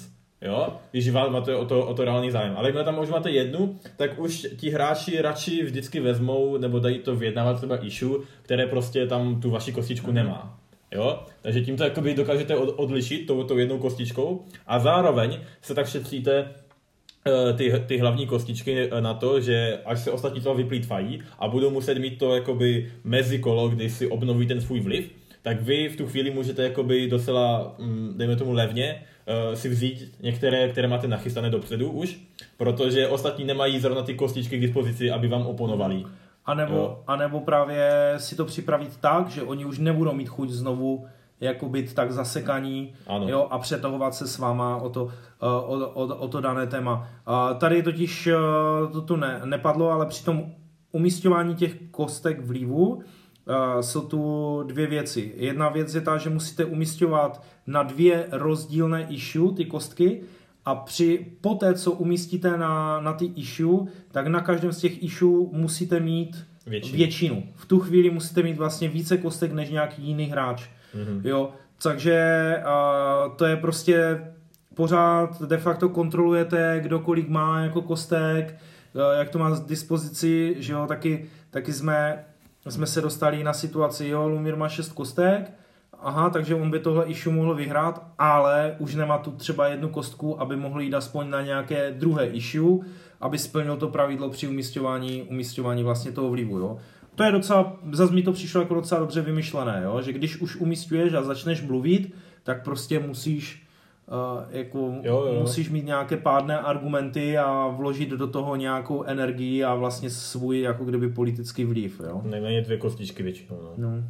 jo, když vám máte o to, o to reálný zájem. Ale jakmile tam už máte jednu, tak už ti hráči radši vždycky vezmou, nebo dají to vyjednávat třeba issue, které prostě tam tu vaši kostičku mm. nemá. Jo? Takže tímto jakoby dokážete od, odlišit tou, tou jednou kostičkou a zároveň se tak šetříte uh, ty, ty hlavní kostičky na to, že až se ostatní toho vyplýtvají a budou muset mít to jakoby mezi kolo, kdy si obnoví ten svůj vliv, tak vy v tu chvíli můžete jakoby docela, dejme tomu levně, uh, si vzít některé, které máte nachystané dopředu už, protože ostatní nemají zrovna ty kostičky k dispozici, aby vám oponovali. A nebo, a nebo právě si to připravit tak, že oni už nebudou mít chuť znovu jako být tak zasekaní, jo, a přetahovat se s váma o to, o, o, o to dané téma. A tady totiž to tu ne, nepadlo, ale při tom umísťování těch kostek vlivu Uh, jsou tu dvě věci. Jedna věc je ta, že musíte umísťovat na dvě rozdílné issue ty kostky a při poté, co umístíte na, na ty issue, tak na každém z těch issue musíte mít většinu. většinu. V tu chvíli musíte mít vlastně více kostek než nějaký jiný hráč. Mm-hmm. Jo? Takže uh, to je prostě pořád de facto kontrolujete, kdo kolik má jako kostek, uh, jak to má k dispozici, že jo, taky, taky jsme jsme se dostali na situaci, jo, Lumír má šest kostek, aha, takže on by tohle issue mohl vyhrát, ale už nemá tu třeba jednu kostku, aby mohl jít aspoň na nějaké druhé issue, aby splnil to pravidlo při umísťování, umísťování vlastně toho vlivu, jo. To je docela, zase mi to přišlo jako docela dobře vymyšlené, jo, že když už umísťuješ a začneš mluvit, tak prostě musíš Uh, jako jo, jo. musíš mít nějaké pádné argumenty a vložit do toho nějakou energii a vlastně svůj jako kdyby politický vliv, jo. Nejméně dvě kostičky většinou, no. no.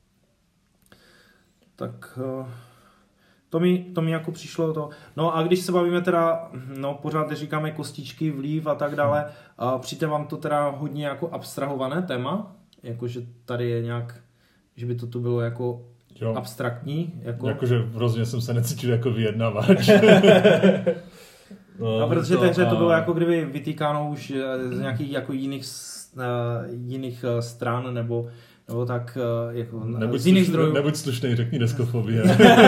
Tak uh, to mi, to mi jako přišlo to. No a když se bavíme teda, no pořád říkáme kostičky, vliv a tak dále, uh, přijde vám to teda hodně jako abstrahované téma, jakože tady je nějak, že by to tu bylo jako jo. abstraktní. Jako... Jakože hrozně jsem se necítil jako vyjednavač. no, a protože té hře to bylo jako kdyby vytýkáno už z nějakých jako jiných, uh, jiných uh, stran nebo, nebo tak uh, jako nebuď z jiných slušný, zdrojů. Nebuď slušnej, řekni deskofobie.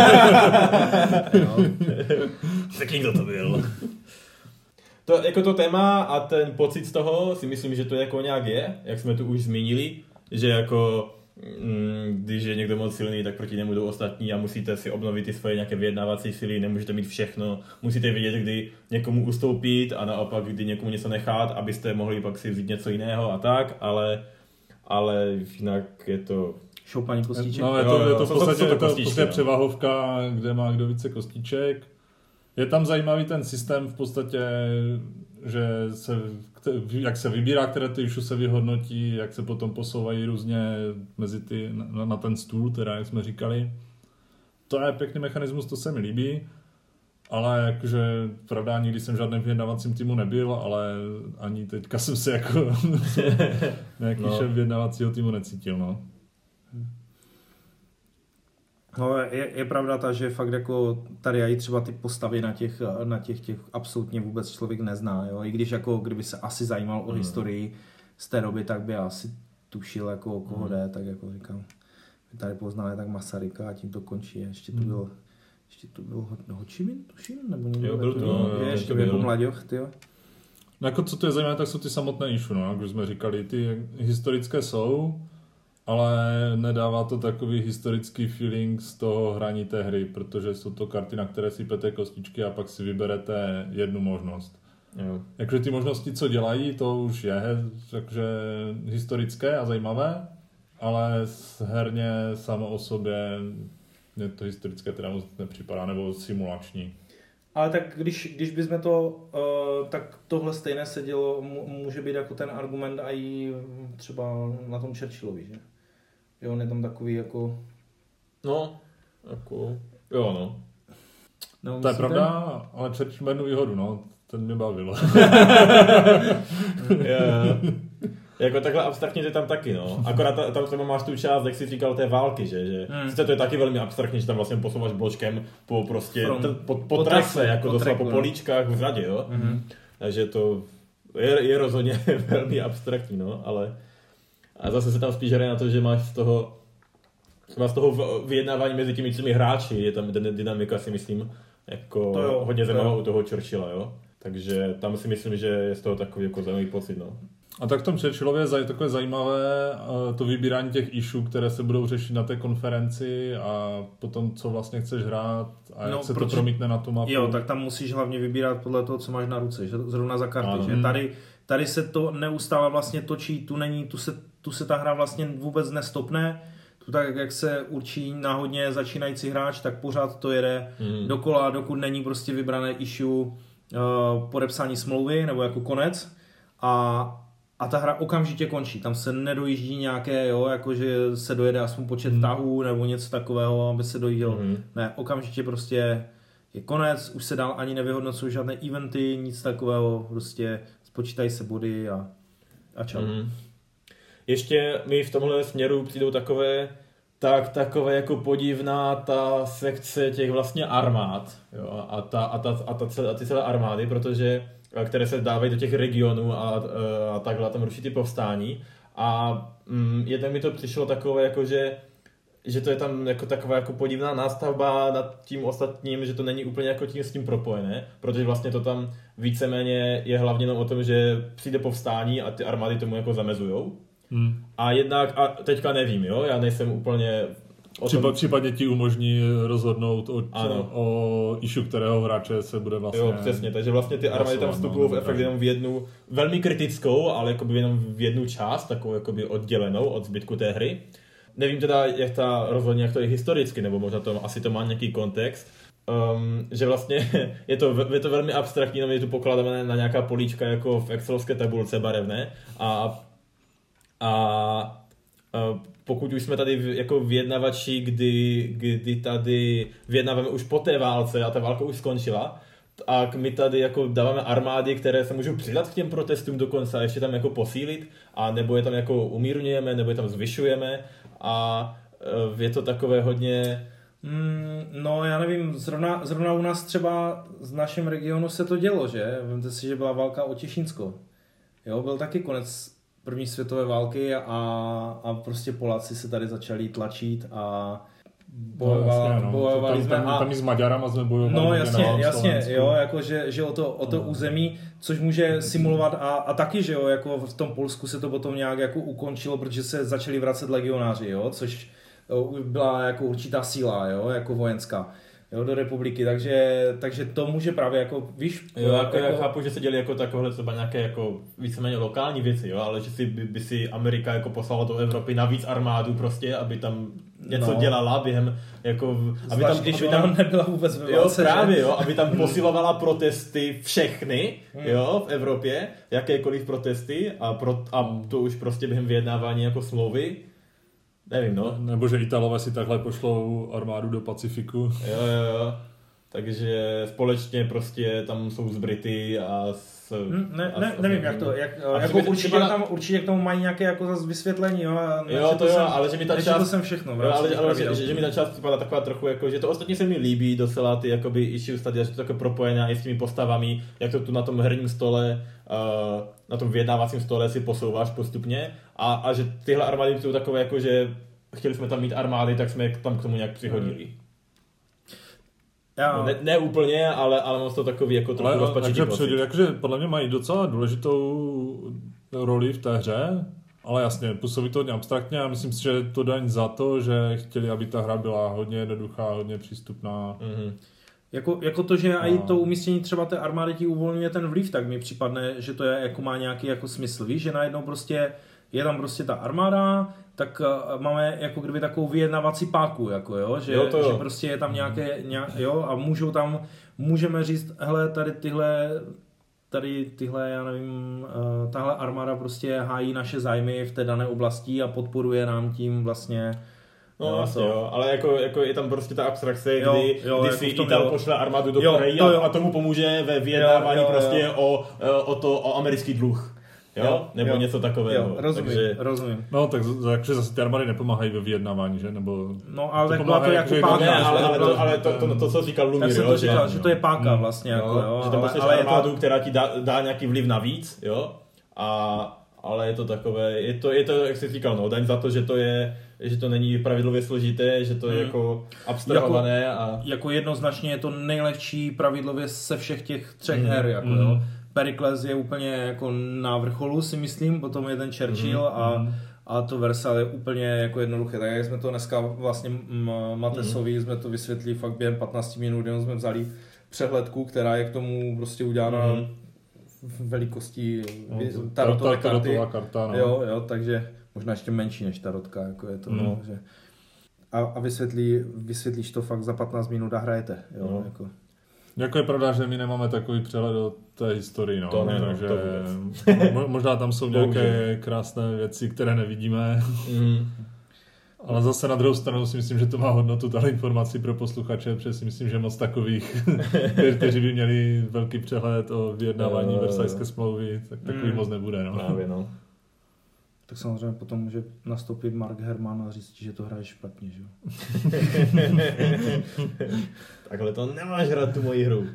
Řekni, kdo to byl. To, jako to téma a ten pocit z toho si myslím, že to jako nějak je, jak jsme tu už zmínili, že jako když je někdo moc silný, tak proti němu jdou ostatní a musíte si obnovit ty svoje nějaké vyjednávací síly, nemůžete mít všechno, musíte vědět, kdy někomu ustoupit a naopak, kdy někomu něco nechat, abyste mohli pak si vzít něco jiného a tak, ale, ale jinak je to... Šoupání kostiček. No, je to, jo, je to v podstatě, to, to, to, to, to je převahovka, kde má kdo více kostiček. Je tam zajímavý ten systém v podstatě, že se, jak se vybírá, které ty issue se vyhodnotí, jak se potom posouvají různě mezi ty, na, na ten stůl, teda jak jsme říkali. To je pěkný mechanismus, to se mi líbí, ale jakože pravda, nikdy jsem v žádném vyjednávacím týmu nebyl, ale ani teďka jsem se jako nějaký no. šéf vyjednávacího týmu necítil, no. No, je, je pravda ta, že fakt jako tady i třeba ty postavy na těch, na těch, těch absolutně vůbec člověk nezná, jo? I když jako kdyby se asi zajímal o mm. historii z té doby, tak by asi tušil, jako o koho mm. jde, tak jako říkám, my tady poznáme tak Masaryka a tím to končí, ještě tu byl, ještě tu byl Ho Chi Minh, tuším, nebo někdo, jo, byl to, no, je, ještě byl jako mladěch, tyjo. No jako co to je zajímavé, tak jsou ty samotné issue, no, jak už jsme říkali, ty historické jsou, ale nedává to takový historický feeling z toho hraní té hry, protože jsou to karty, na které sypete kostičky a pak si vyberete jednu možnost. Jo. Jakože ty možnosti, co dělají, to už je takže historické a zajímavé, ale herně samo o sobě mě to historické teda moc nepřipadá, nebo simulační. Ale tak když, když bychom to, uh, tak tohle stejné se dělo, může být jako ten argument i třeba na tom Churchillovi, že? Jo, on je tam takový jako... No, jako... Jo, no. no to je pravda, ale Churchill má jednu výhodu, no. Ten mě bavilo. yeah. Jako takhle abstraktně to je tam taky, no. Akorát tam třeba máš tu část, jak jsi říkal, té války, že? že hmm. Sice to je taky velmi abstraktní, že tam vlastně posouváš bločkem po prostě, t- po, po, po trase, jako po doslova po políčkách v řadě, jo. Mm-hmm. Takže to je, je rozhodně velmi abstraktní, no, ale a zase se tam spíš hraje na to, že máš z toho, máš z toho vyjednávání mezi těmi třemi hráči, je tam dynamika, si myslím, jako to jo, hodně zajímavá to u toho Churchilla, jo. Takže tam si myslím, že je z toho takový jako zajímavý pocit, no. A tak v tom Churchillově je takové zajímavé to vybírání těch issue, které se budou řešit na té konferenci a potom, co vlastně chceš hrát a jak no, se to promítne na tu mapu. Jo, tak tam musíš hlavně vybírat podle toho, co máš na ruce, že? Zrovna za karty. Že? Tady, tady se to neustále vlastně točí, tu není, tu se, tu se ta hra vlastně vůbec nestopne. Tu tak, jak se určí náhodně začínající hráč, tak pořád to jede mm. dokola, dokud není prostě vybrané issue uh, podepsání smlouvy nebo jako konec. A A ta hra okamžitě končí, tam se nedojíždí nějaké, jo, jakože se dojede aspoň počet hmm. tahů nebo něco takového, aby se dojížděl. Hmm. Ne, okamžitě prostě je konec, už se dál ani nevyhodnocují žádné eventy, nic takového, prostě spočítají se body a, a čau. Hmm. Ještě mi v tomhle směru přijdou takové, tak takové jako podivná ta sekce těch vlastně armád, jo, a, ta, a, ta, a, ta, a ty celé armády, protože které se dávají do těch regionů a, a takhle, tam ruší ty povstání. A mm, jednak mi to přišlo takové, jako že, že to je tam jako taková jako podivná nástavba nad tím ostatním, že to není úplně jako tím s tím propojené, protože vlastně to tam víceméně je hlavně jenom o tom, že přijde povstání a ty armády tomu jako zamezujou. Hmm. A jednak, a teďka nevím, jo, já nejsem úplně... Tom... Případně ti umožní rozhodnout o, o issue, kterého hráče se bude vlastně... Jo, přesně, takže vlastně ty armády tam vstupují v efekt jenom v jednu, velmi kritickou, ale jakoby jenom v jednu část, takovou jakoby oddělenou od zbytku té hry. Nevím teda, jak ta rozhodně, jak to je historicky, nebo možná to, asi to má nějaký kontext. Um, že vlastně je to, je to velmi abstraktní, no my tu pokládáme na nějaká políčka jako v excelovské tabulce barevné a, a, a pokud už jsme tady jako vyjednavači, kdy, kdy tady vyjednáváme už po té válce a ta válka už skončila, a my tady jako dáváme armády, které se můžou přidat k těm protestům dokonce a ještě tam jako posílit, a nebo je tam jako umírňujeme, nebo je tam zvyšujeme, a je to takové hodně... Mm, no já nevím, zrovna, zrovna u nás třeba z našem regionu se to dělo, že? Vemte si, že byla válka o Těšínsko. Jo, byl taky konec první světové války a, a prostě Poláci se tady začali tlačit a bojovali, no, no. bojovali jsme. Tam, tam i s Maďarama jsme bojovali. No jasně, jasně, jo, jako že, že o to, o to no. území, což může simulovat a, a taky, že jo, jako v tom Polsku se to potom nějak jako ukončilo, protože se začali vracet legionáři, jo, což byla jako určitá síla, jo, jako vojenská. Jo, do republiky, takže, takže to může právě jako, víš... Jo, jako, jako... já chápu, že se děli jako takovhle třeba nějaké jako víceméně lokální věci, jo, ale že si, by, by si Amerika jako poslala do Evropy navíc armádu prostě, aby tam něco no. dělala během, jako... Aby Zvlášť, tam, když aby ona tam, nebyla vůbec ve válce, jo, právě, jo, aby tam posilovala protesty všechny, jo, v Evropě, jakékoliv protesty a, pro, a to už prostě během vyjednávání jako smlouvy. Nevím, no. Nebo že Italové si takhle pošlou armádu do Pacifiku. Jo, jo, jo. Takže společně prostě tam jsou z Brity a s... Ne, ne, a nevím, jak to, jak, jako určitě, třeba... tam, určitě k tomu mají nějaké jako zase vysvětlení, jo. Jo, to jo, jsem, ale že mi ta část... to jsem všechno. Jo, ale, ale že, že, že mi ta část připadá taková trochu, jako, že to ostatně se mi líbí docela ty jakoby issues tady, že to takové propojené i s těmi postavami, jak to tu na tom herním stole, uh, na tom vyjednávacím stole si posouváš postupně a, a že tyhle armády jsou takové jako, že chtěli jsme tam mít armády, tak jsme je tam k tomu nějak přihodili. Hmm. No, ne, ne úplně, ale, ale mám to takový jako trochu rozpačitý pocit. Takže podle mě mají docela důležitou roli v té hře, ale jasně, působí to hodně abstraktně a myslím si, že to daň za to, že chtěli, aby ta hra byla hodně jednoduchá, hodně přístupná. Mm-hmm. Jako, jako to, že a... i to umístění třeba té armády ti uvolňuje ten vliv, tak mi připadne, že to je, jako má nějaký jako smysl, víš, že najednou prostě je tam prostě ta armáda, tak uh, máme jako kdyby takovou vyjednavací páku, jako jo, že, jo, jo. že prostě je tam nějaké, nějak, jo, a můžou tam, můžeme říct, hele, tady tyhle, tady tyhle, já nevím, uh, tahle armáda prostě hájí naše zájmy v té dané oblasti a podporuje nám tím vlastně. No jo, vlastně jo, ale jako, jako je tam prostě ta abstrakce, jo, kdy, jo, kdy jako si Ital pošle armádu do Koreji a, a tomu pomůže ve vyjednávání jo, jo, prostě jo. O, o, to, o americký dluh. Jo? jo? Nebo jo. něco takového. Jo, rozumím, takže... rozumím. No, tak takže zase ty armády nepomáhají ve vyjednávání, že? Nebo... No, ale tak byla to jako páka. Ne, ale, ale, to, ale to, to, to, co říkal Lumír, jo, to že, říkal, že to je páka vlastně. Jo, jako, jo, že tam pošleš armádu, to... která ti dá, dá nějaký vliv navíc, jo? A, ale je to takové, je to, je to jak jsi říkal, no, daň za to, že to je, že to není pravidlově složité, že to je hmm. jako abstrahované jako, a... Jako jednoznačně je to nejlehčí pravidlově ze všech těch třech hmm. her, jako hmm. jo. Perikles je úplně jako na vrcholu, si myslím, potom je ten Churchill hmm. a, a to Versailles je úplně jako jednoduché. Tak jak jsme to dneska vlastně Matesovi hmm. jsme to vysvětlili fakt během patnáct minut, jenom jsme vzali přehledku, která je k tomu prostě udělána hmm. velikostí no, tarotové karty. Karta, no. Jo, jo, takže možná ještě menší než tarotka, jako je to, mm. no, že a, a vysvětlí, vysvětlíš to fakt za patnáct minut a hrajete, jo, no. jako. Jako je pravda, že my nemáme takový přehled o té historii, no, to ne, takže to možná tam jsou nějaké krásné věci, které nevidíme. Mm. Ale zase na druhou stranu si myslím, že to má hodnotu tady informaci pro posluchače, protože si myslím, že moc takových, kteří by měli velký přehled o vyjednávání Versajské smlouvy, tak takový mm. moc nebude. No. Právě, no. Tak samozřejmě potom může nastoupit Mark Herman a říct, že to hraješ špatně, že jo? Takhle to nemáš hrát tu moji hru.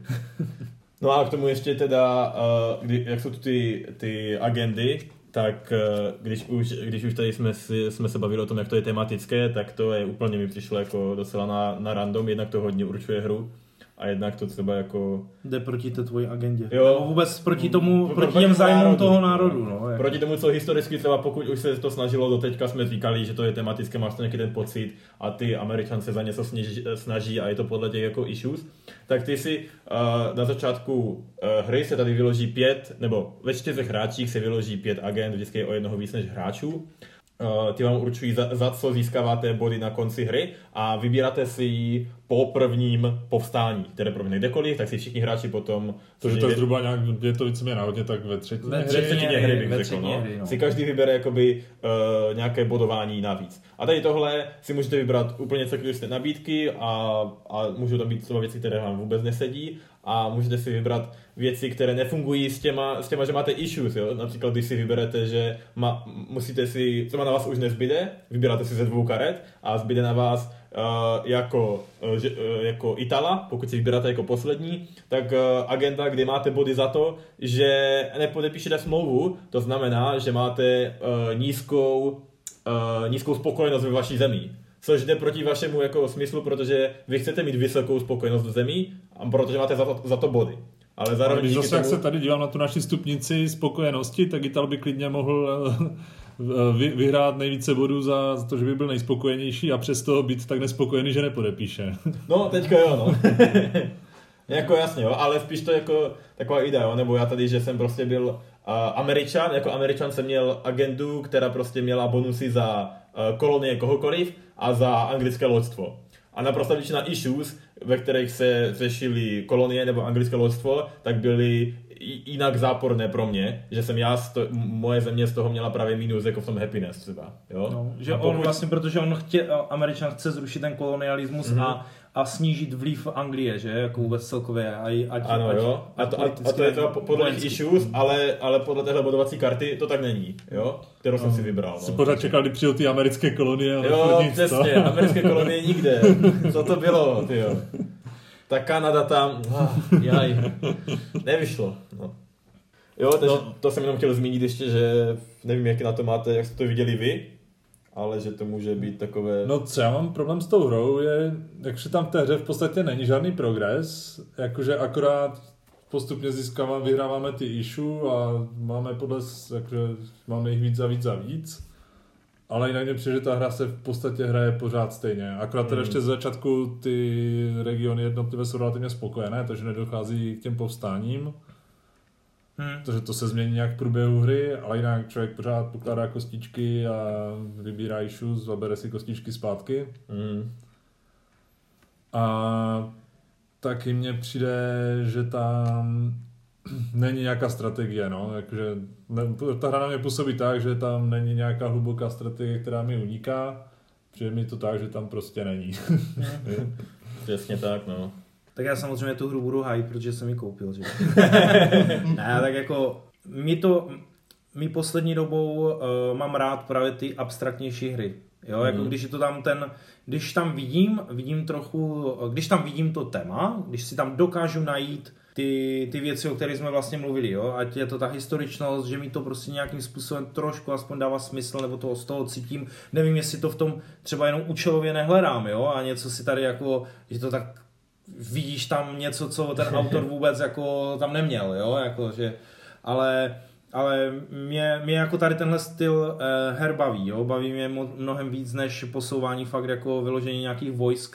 No a k tomu ještě teda, kdy, jak jsou tu ty, ty agendy, tak když už, když už tady jsme, si, jsme se bavili o tom, jak to je tematické, tak to je úplně mi přišlo jako docela na, na random, jednak to hodně určuje hru a jednak to třeba jako... Jde proti té tvojí agendě. Jo. Nebo vůbec proti tomu, pro, proti těm zájmům toho národu. No, jako. Proti tomu, co historicky třeba pokud už se to snažilo, doteďka jsme říkali, že to je tematické, máš to nějaký ten pocit a ty Američan se za něco snaží, snaží a je to podle těch jako issues, tak ty si uh, na začátku uh, hry se tady vyloží pět, nebo ve čtyřech hráčích se vyloží pět agent, vždycky je o jednoho víc než hráčů. Uh, ty vám určují, za, za co získáváte body na konci hry a vybíráte si ji po prvním povstání, které proběhne kdekoliv, tak si všichni hráči potom... To, že to je zhruba nějak, je to víceméně náhodně, tak ve třetině hry, ve třetině hry bych ve řekl, no. Hry, no. Si každý vybere jakoby uh, nějaké bodování navíc. A tady tohle si můžete vybrat úplně cokoliv z té nabídky a, a můžou tam být třeba věci, které vám vůbec nesedí a můžete si vybrat věci, které nefungují s těma, s těma že máte issues, jo? Například když si vyberete, že ma, musíte si, třeba na vás už nezbyde, vybíráte si ze dvou karet a zbyde na vás uh, jako, uh, že, uh, jako Itala, pokud si vybíráte jako poslední, tak uh, agenda, kdy máte body za to, že nepodepíšete smlouvu, to znamená, že máte uh, nízkou, uh, nízkou spokojenost ve vaší zemi. Což jde proti vašemu jako smyslu, protože vy chcete mít vysokou spokojenost v zemi, a protože máte za to, za to body. Ale zároveň když zase, tomu... jak se tady dívám na tu naši stupnici spokojenosti, tak Ital by klidně mohl vyhrát nejvíce bodů za to, že by byl nejspokojenější a přesto být tak nespokojený, že nepodepíše. No, teďka jo, no. Jako jasně, jo, ale spíš to jako taková idea, jo, nebo já tady, že jsem prostě byl uh, Američan, jako Američan jsem měl agendu, která prostě měla bonusy za uh, kolonie kohokoliv a za anglické loďstvo. A naprosto většina issues, ve kterých se řešily kolonie nebo anglické loďstvo, tak byly jinak záporné pro mě, že jsem já, sto, moje země z toho měla právě minus jako v tom happiness třeba. Jo? No, že pokud... on vlastně, protože on chtě, Američan chce zrušit ten kolonialismus mm-hmm. a, a snížit vliv Anglie, že jako vůbec celkově. Ať, ať, ano, ať, jo. A to, a to je to podle těch issues, ale, ale podle téhle bodovací karty to tak není, jo? Kterou jsem no. si vybral. Jsi no. pořád čekal, kdy přijou ty americké kolonie. Ale jo, nic, přesně, co? Americké kolonie nikde. Co to bylo, tyjo. Ta Kanada tam, ah, jaj, nevyšlo. No. Jo, takže no. to jsem jenom chtěl zmínit ještě, že nevím, jak na to máte, jak jste to viděli vy, ale že to může být takové... No co já mám problém s tou hrou je, jakže tam v té hře v podstatě není žádný progres, jakože akorát postupně získáváme, vyhráváme ty issue a máme podle, jakože máme jich víc a víc a víc. Ale jinak mě přijde, že ta hra se v podstatě hraje pořád stejně. Akorát teda mm. ještě z začátku ty regiony jednotlivé jsou relativně spokojené, takže nedochází k těm povstáním. Hmm. Takže to se změní nějak v průběhu hry, ale jinak člověk pořád pokládá kostičky a vybírá issues a bere si kostičky zpátky. Hmm. A taky mně přijde, že tam není nějaká strategie, no. Jakože, ne, ta hra na mě působí tak, že tam není nějaká hluboká strategie, která mi uniká. Přijde mi to tak, že tam prostě není. Přesně tak, no. Tak já samozřejmě tu hru budu hájit, protože jsem ji koupil, že? Ne, tak jako mi to, mi poslední dobou uh, mám rád právě ty abstraktnější hry. Jo, mm. jako když je to tam ten, když tam vidím, vidím trochu, když tam vidím to téma, když si tam dokážu najít ty ty, ty věci, o kterých jsme vlastně mluvili, jo? Ať je to ta historičnost, že mi to prostě nějakým způsobem trošku aspoň dává smysl, nebo to z toho cítím. Nevím, jestli to v tom třeba jenom účelově nehledám, jo? A něco si tady jako, že to tak vidíš tam něco, co ten autor vůbec jako tam neměl, jo? Jako, že, ale ale mě, mě jako tady tenhle styl eh, her baví, jo? Baví mě mnohem víc než posouvání fakt jako vyložení nějakých vojsk,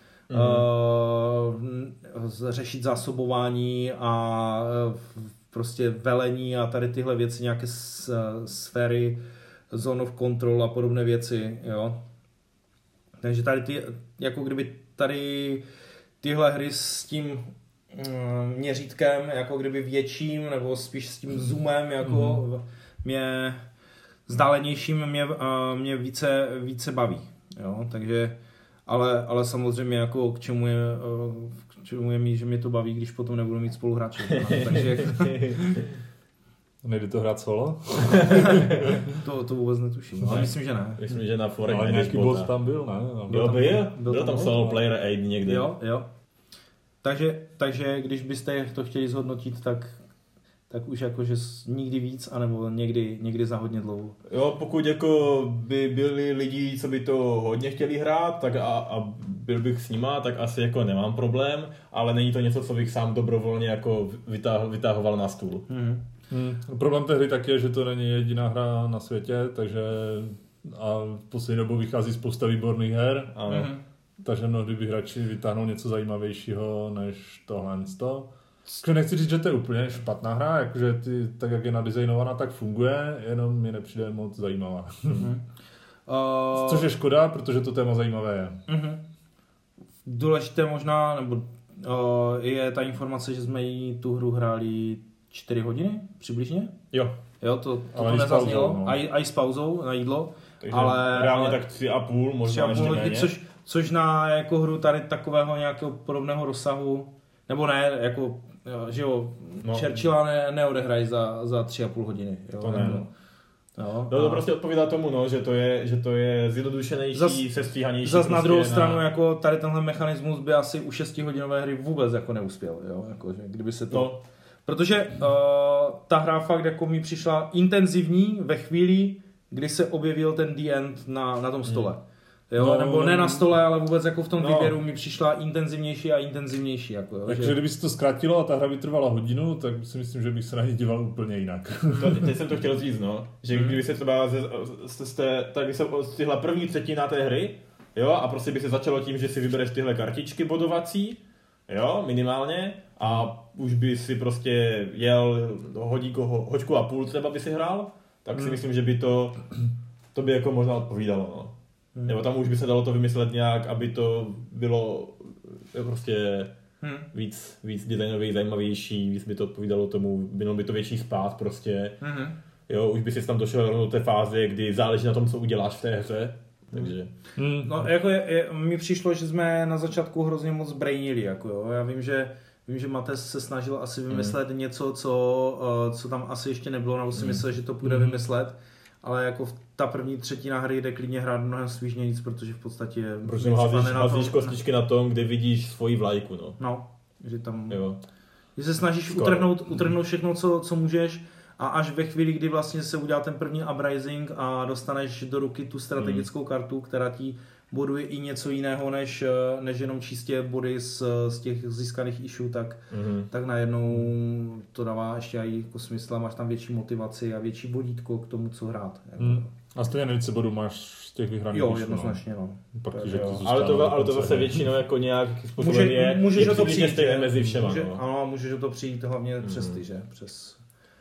mm-hmm. uh, řešit zásobování a uh, prostě velení a tady tyhle věci, nějaké s, uh, sféry, zone of control a podobné věci, jo. Takže tady ty, jako kdyby tady tyhle hry s tím uh, měřítkem, jako kdyby větším, nebo spíš s tím zoomem, jako mm-hmm. mě vzdálenějším mě, uh, mě více, více baví, jo, takže Ale, ale samozřejmě jako k čemu je, k čemu je mi, že mě to baví, když potom nebudu mít spoluhráče. Takže nejde to hrát solo? to, to vůbec netuším, ale myslím, že ne. Myslím, že na forech ale nějaký boss tam byl, ne? Byl, byl, byl, byl, byl tam solo player aid někde. Jo, jo. Takže, takže když byste to chtěli zhodnotit, tak tak už jakože nikdy víc, anebo někdy, někdy za hodně dlouho. Jo, pokud jako by byli lidi, co by to hodně chtěli hrát, tak a, a byl bych s nima, tak asi jako nemám problém, ale není to něco, co bych sám dobrovolně jako vytáhl, vytáhoval na stůl. Mm. Mm. Problém té hry tak je, že to není jediná hra na světě, takže a v poslední dobou vychází spousta výborných her, ano. Mm. Takže mnohdy by hráči vytáhnou něco zajímavějšího než tohle. Nechci říct, že to je úplně špatná hra, jakože ty, tak jak je nadizajnovaná, tak funguje, jenom mi nepřijde moc zajímavá. Mm-hmm. uh... Což je škoda, protože to téma zajímavé je. Mm-hmm. Důležité možná, nebo uh, je ta informace, že jsme jí tu hru hráli čtyři hodiny přibližně. Jo. Jo, to, to, to nezaznělo. No. A, a i s pauzou na jídlo. Takže ale, reálně ale, tak tři a půl, možná ještě méně. Což, což na jako hru tady takového nějakého podobného rozsahu, nebo ne, jako že jo, no. Churchilla ne, neodehrají za, za tři a půl hodiny. Jo, to ne, no. Jo, no to prostě odpovídá tomu, no, že to je, že to je zjednodušenější, sestříhanější. Zas na druhou na... stranu, jako tady tenhle mechanismus by asi u šestihodinové hry vůbec jako neuspěl, jo, jako, že kdyby se to... No. Protože uh, ta hra fakt jako mi přišla intenzivní ve chvíli, kdy se objevil ten The End na, na tom stole. Hmm. Jo, no, nebo ne na stole, ale vůbec jako v tom no. výběru mi přišla intenzivnější a intenzivnější. Jako, takže že... kdyby se to zkrátilo a ta hra by trvala hodinu, tak si myslím, že bych se na ní díval úplně jinak. To, teď jsem to chtěl říct, no. Že kdyby se třeba ze, z, z té, tak by se tyhle první třetina té hry, jo, a prostě by se začalo tím, že si vybereš tyhle kartičky bodovací, jo, minimálně, a už by si prostě jel hodíko, hoďku a půl třeba by si hrál, tak si hmm. myslím, že by to, to by jako možná odpovídalo, no. Hmm. Nebo tam už by se dalo to vymyslet nějak, aby to bylo prostě hmm. víc, víc designově zajímavější, víc by to odpovídalo tomu, bylo by to větší spát prostě. Hmm. Jo, už by si tam došel do té fáze, kdy záleží na tom, co uděláš v té hře. Takže... Hmm. No jako je, je, mi přišlo, že jsme na začátku hrozně moc brainili, jako jo. Já vím, že Vím, že Mates se snažil asi vymyslet hmm. něco, co, co tam asi ještě nebylo, nebo si hmm. myslel, že to půjde hmm. vymyslet. Ale jako ta první třetina hry jde klidně hrát mnohem svížnějíc, protože v podstatě... Protože házíš, házíš kostičky na tom, kde vidíš svoji vlajku, no. No, že tam... Jo. Že se snažíš utrhnout, utrhnout všechno, co, co můžeš, a až ve chvíli, kdy vlastně se udělá ten první uprising a dostaneš do ruky tu strategickou hmm. kartu, která ti boduje i něco jiného, než, než jenom čistě body z, z těch získaných issue, tak, mm-hmm. tak najednou to dává ještě i jako smysl a máš tam větší motivaci a větší vodítko k tomu, co hrát. Mm. A stejně nejvíce bodů máš z těch vyhraných Jo, jednoznačně, no. Pak, tak, že jo. Ale to, ale to zase většinou jako nějak způsobem je, můžeš je to přijít stejné mezi všema. Může, no. Ano, můžeš o to přijít hlavně mm. přes ty, že? Přes...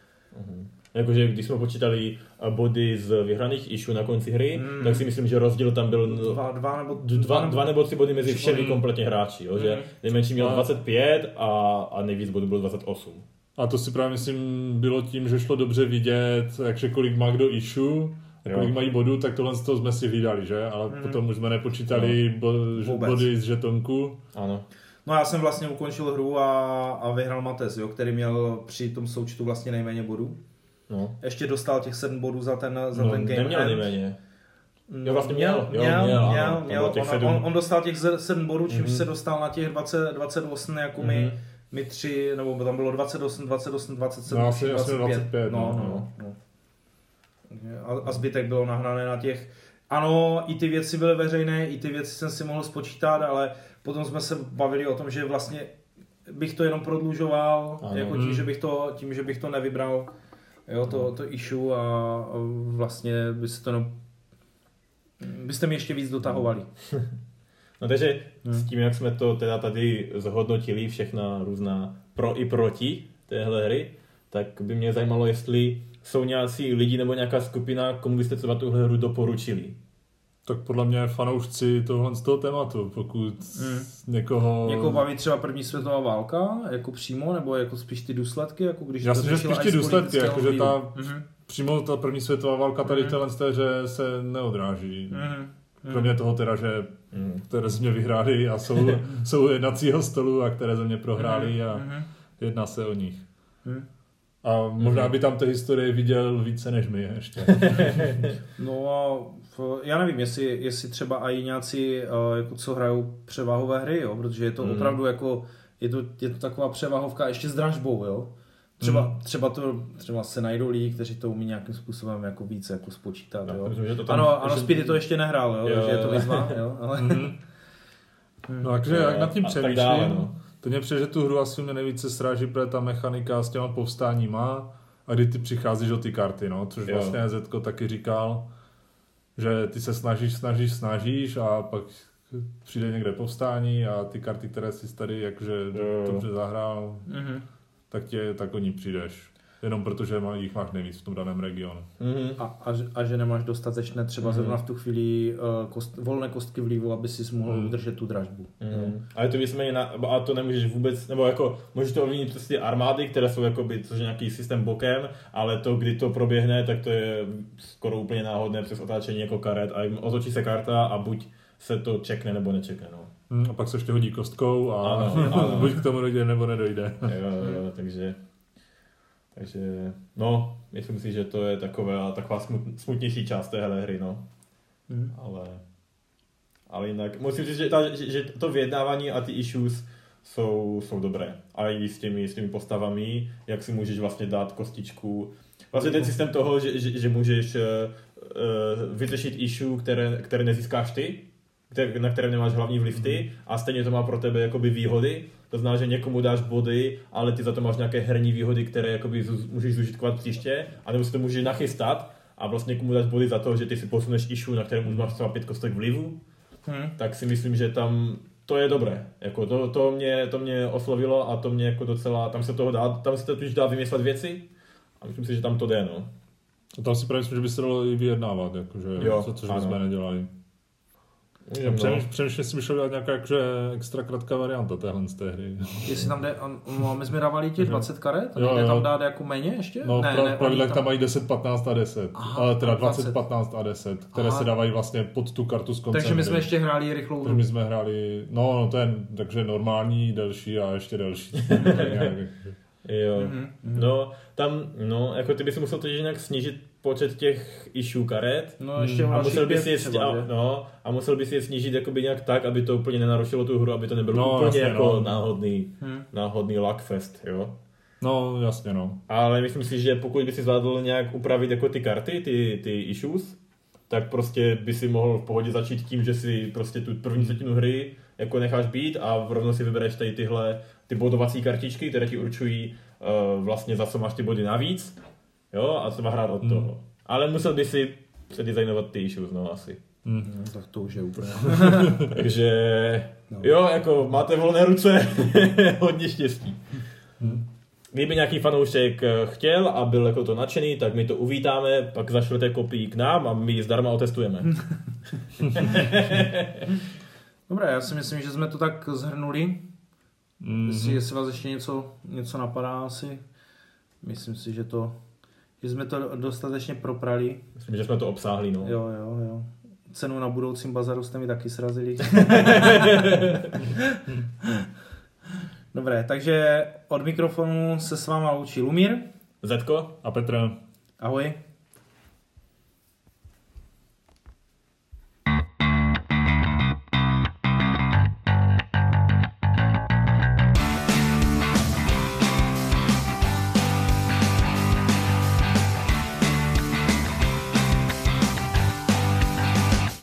Mm. Jakože když jsme počítali body z vyhraných issue na konci hry, mm. tak si myslím, že rozdíl tam byl dva, dva, nebo, dva, dva nebo tři body mezi všemi mm. kompletně hráči, jo? Mm. že nejmenší měl dvacet pět a, a nejvíc bodů bylo dvacet osm. A to si právě myslím bylo tím, že šlo dobře vidět, jakže kolik má kdo issue, kolik mají bodů, tak tohle z toho jsme si vydali, že? Ale mm. potom už jsme nepočítali no. bo, body z žetonku. Ano. No já jsem vlastně ukončil hru a, a vyhrál Mates, jo, který měl při tom součtu vlastně nejméně bodů. No. Ještě dostal těch sedm bodů za ten, za no, ten game neměl end. nejméně. Jo, vlastně měl. Měl, jo, měl, měl, měl, měl. Těch on, on, on dostal těch sedm bodů, čímž mm-hmm. se dostal na těch dvacet, dvacet osm, jako mm-hmm. my, my tři, nebo tam bylo dvacet osm, dvacet osm, dvacet sedm, no, asi, dvacet pět. dvacet pět. No, no, no. no. A, a zbytek bylo nahrané na těch. Ano, i ty věci byly veřejné, i ty věci jsem si mohl spočítat, ale potom jsme se bavili o tom, že vlastně bych to jenom prodlužoval, ano. jako tím, že bych to, tím, že bych to nevybral, jo, to, to issue a, a vlastně byste to no, byste mi ještě víc dotahovali. No takže hmm. s tím, jak jsme to teda tady zhodnotili, všechna různá pro i proti téhle hry, tak by mě zajímalo, jestli jsou nějací lidi nebo nějaká skupina, komu byste třeba tuhle hru doporučili. Tak podle mě fanoušci tohle z toho tématu, pokud hmm. někoho... Někoho baví třeba první světová válka, jako přímo, nebo jako spíš ty důsledky, jako když... Já si, že spíš ty důsledky, jakože ta, mm-hmm. přímo ta první světová válka tady mm-hmm. v téhle hře se neodráží. Mm-hmm. Kromě toho teda, že mm. které země vyhrály a jsou, jsou jednacího stolu a které země prohrály a mm-hmm. jedná se o nich. Mm. A možná by tam té historie viděl více než my ještě. No a v, já nevím, jestli, jestli třeba i nějací, jako co hrajou převahové hry, jo? Protože je to mm. opravdu jako, je to, je to taková převahovka ještě s dražbou, jo? Třeba, mm. třeba, to, třeba se najdou lidi, kteří to umí nějakým způsobem jako více jako spočítat, jo? No, tam, ano, ano, Speedy to ještě nehrál, jo? jo takže je to výzva, jo? Ale... Mm. No takže jak nad tím přemýšlím, no. To mě přijde, že tu hru asi mě nejvíce sráží, protože ta mechanika s těma povstáníma a kdy ty přicházíš o ty karty, no, což jo. Vlastně Zetko taky říkal, že ty se snažíš, snažíš, snažíš a pak přijde někde povstání a ty karty, které jsi tady jakože dobře zahrál, mm-hmm. tak, tě, tak o ní přijdeš. Jenom protože jich máš nejvíc v tom daném regionu. Mm-hmm. A, a, a že nemáš dostatečné třeba mm-hmm. zrovna v tu chvíli uh, kost, volné kostky vlivu, aby si mohl mm. udržet tu dražbu. Mm. Ale to bys na, a to nemůžeš vůbec, nebo jako můžeš to ovlivnit prostě ty armády, které jsou jakoby, což je nějaký systém bokem, ale to, kdy to proběhne, tak to je skoro úplně náhodné přes otáčení jako karet a otočí se karta a buď se to čekne nebo nečekne. No. Mm, a pak se ještě hodí kostkou a ano, ano. buď k tomu dojde nebo nedojde. Jo, jo, takže... Takže, no, myslím si, že to je takové, taková smut, smutnější část téhle hry, no. Mm. Ale, ale jinak, musím říct, že, ta, že, že to vyjednávání a ty issues jsou, jsou dobré. A i s těmi, s těmi postavami, jak si můžeš vlastně dát kostičku. Vlastně ten systém toho, že, že, že můžeš uh, uh, vyřešit issue, které, které nezískáš ty, které, na které nemáš hlavní vliv ty, a stejně to má pro tebe jakoby výhody. To znamená, že někomu dáš body, ale ty za to máš nějaké herní výhody, které jakoby z, můžeš zužitkovat příště, anebo si to můžeš nachystat a vlastně někomu dáš body za to, že ty si posuneš issue, na kterém máš třeba pět kostek vlivu, hmm. tak si myslím, že tam to je dobré. Jako to, to, mě, to mě oslovilo a to mě jako docela, tam se toho dá, tam se to už dá vymyslet věci a myslím si, že tam to jde, no. A tam si právě myslím, že by se dalo i vyjednávat, jakože, jo, co, což jsme nedělali. Přemýšlím, jestli by šlo dělat nějaká jakože extra krátká varianta téhle z té hry. Jestli tam jde, no, my jsme dávali těch dvacet karet, a jde tam dát jako méně ještě? No ne, v prav, pravidlech tam mají deset, patnáct a deset, aha, ale teda dvacet, patnáct a deset, které aha. se dávají vlastně pod tu kartu s koncem. Takže my jsme ještě hráli rychlou hru. Takže my jsme hráli, no, no to je takže normální, delší a ještě delší. Jo, mm-hmm. no tam, no, jako ty bys musel totiž nějak snížit počet těch issue karet no, ještě a musel bys je třeba, a, no, a musel bys je snížit jakoby nějak tak, aby to úplně nenarušilo tu hru, aby to nebylo no, úplně jasně, jako no. náhodný, hmm. náhodný luckfest, jo. No, jasně, no. Ale myslím si, že pokud by si zvládl nějak upravit jako ty karty, ty, ty issues, tak prostě by si mohl v pohodě začít tím, že si prostě tu první třetinu hry jako necháš být a rovnou si vybereš tady tyhle ty bodovací kartičky, které ti určují uh, vlastně za co máš ty body navíc, jo, a třeba hrát od hmm. toho. Ale musel by si předizajnovat ty issues, no asi. Hmm. No, tak to už je úplně. Takže no. Jo, jako máte volné ruce, hodně štěstí. Hmm. Kdyby nějaký fanoušek chtěl a byl jako to nadšený, tak my to uvítáme, pak zašlete kopii k nám a my ji zdarma otestujeme. Dobré, já si myslím, že jsme to tak zhrnuli. Mm-hmm. Jestli, jestli vás ještě něco, něco napadá asi. Myslím si, že to že jsme to dostatečně proprali. Myslím, že jsme to obsáhli, no. Jo, jo, jo. Cenu na budoucím bazaru jste mi taky srazili. Dobré, takže od mikrofonu se s váma loučí Lumír, Zetko a Petr. Ahoj.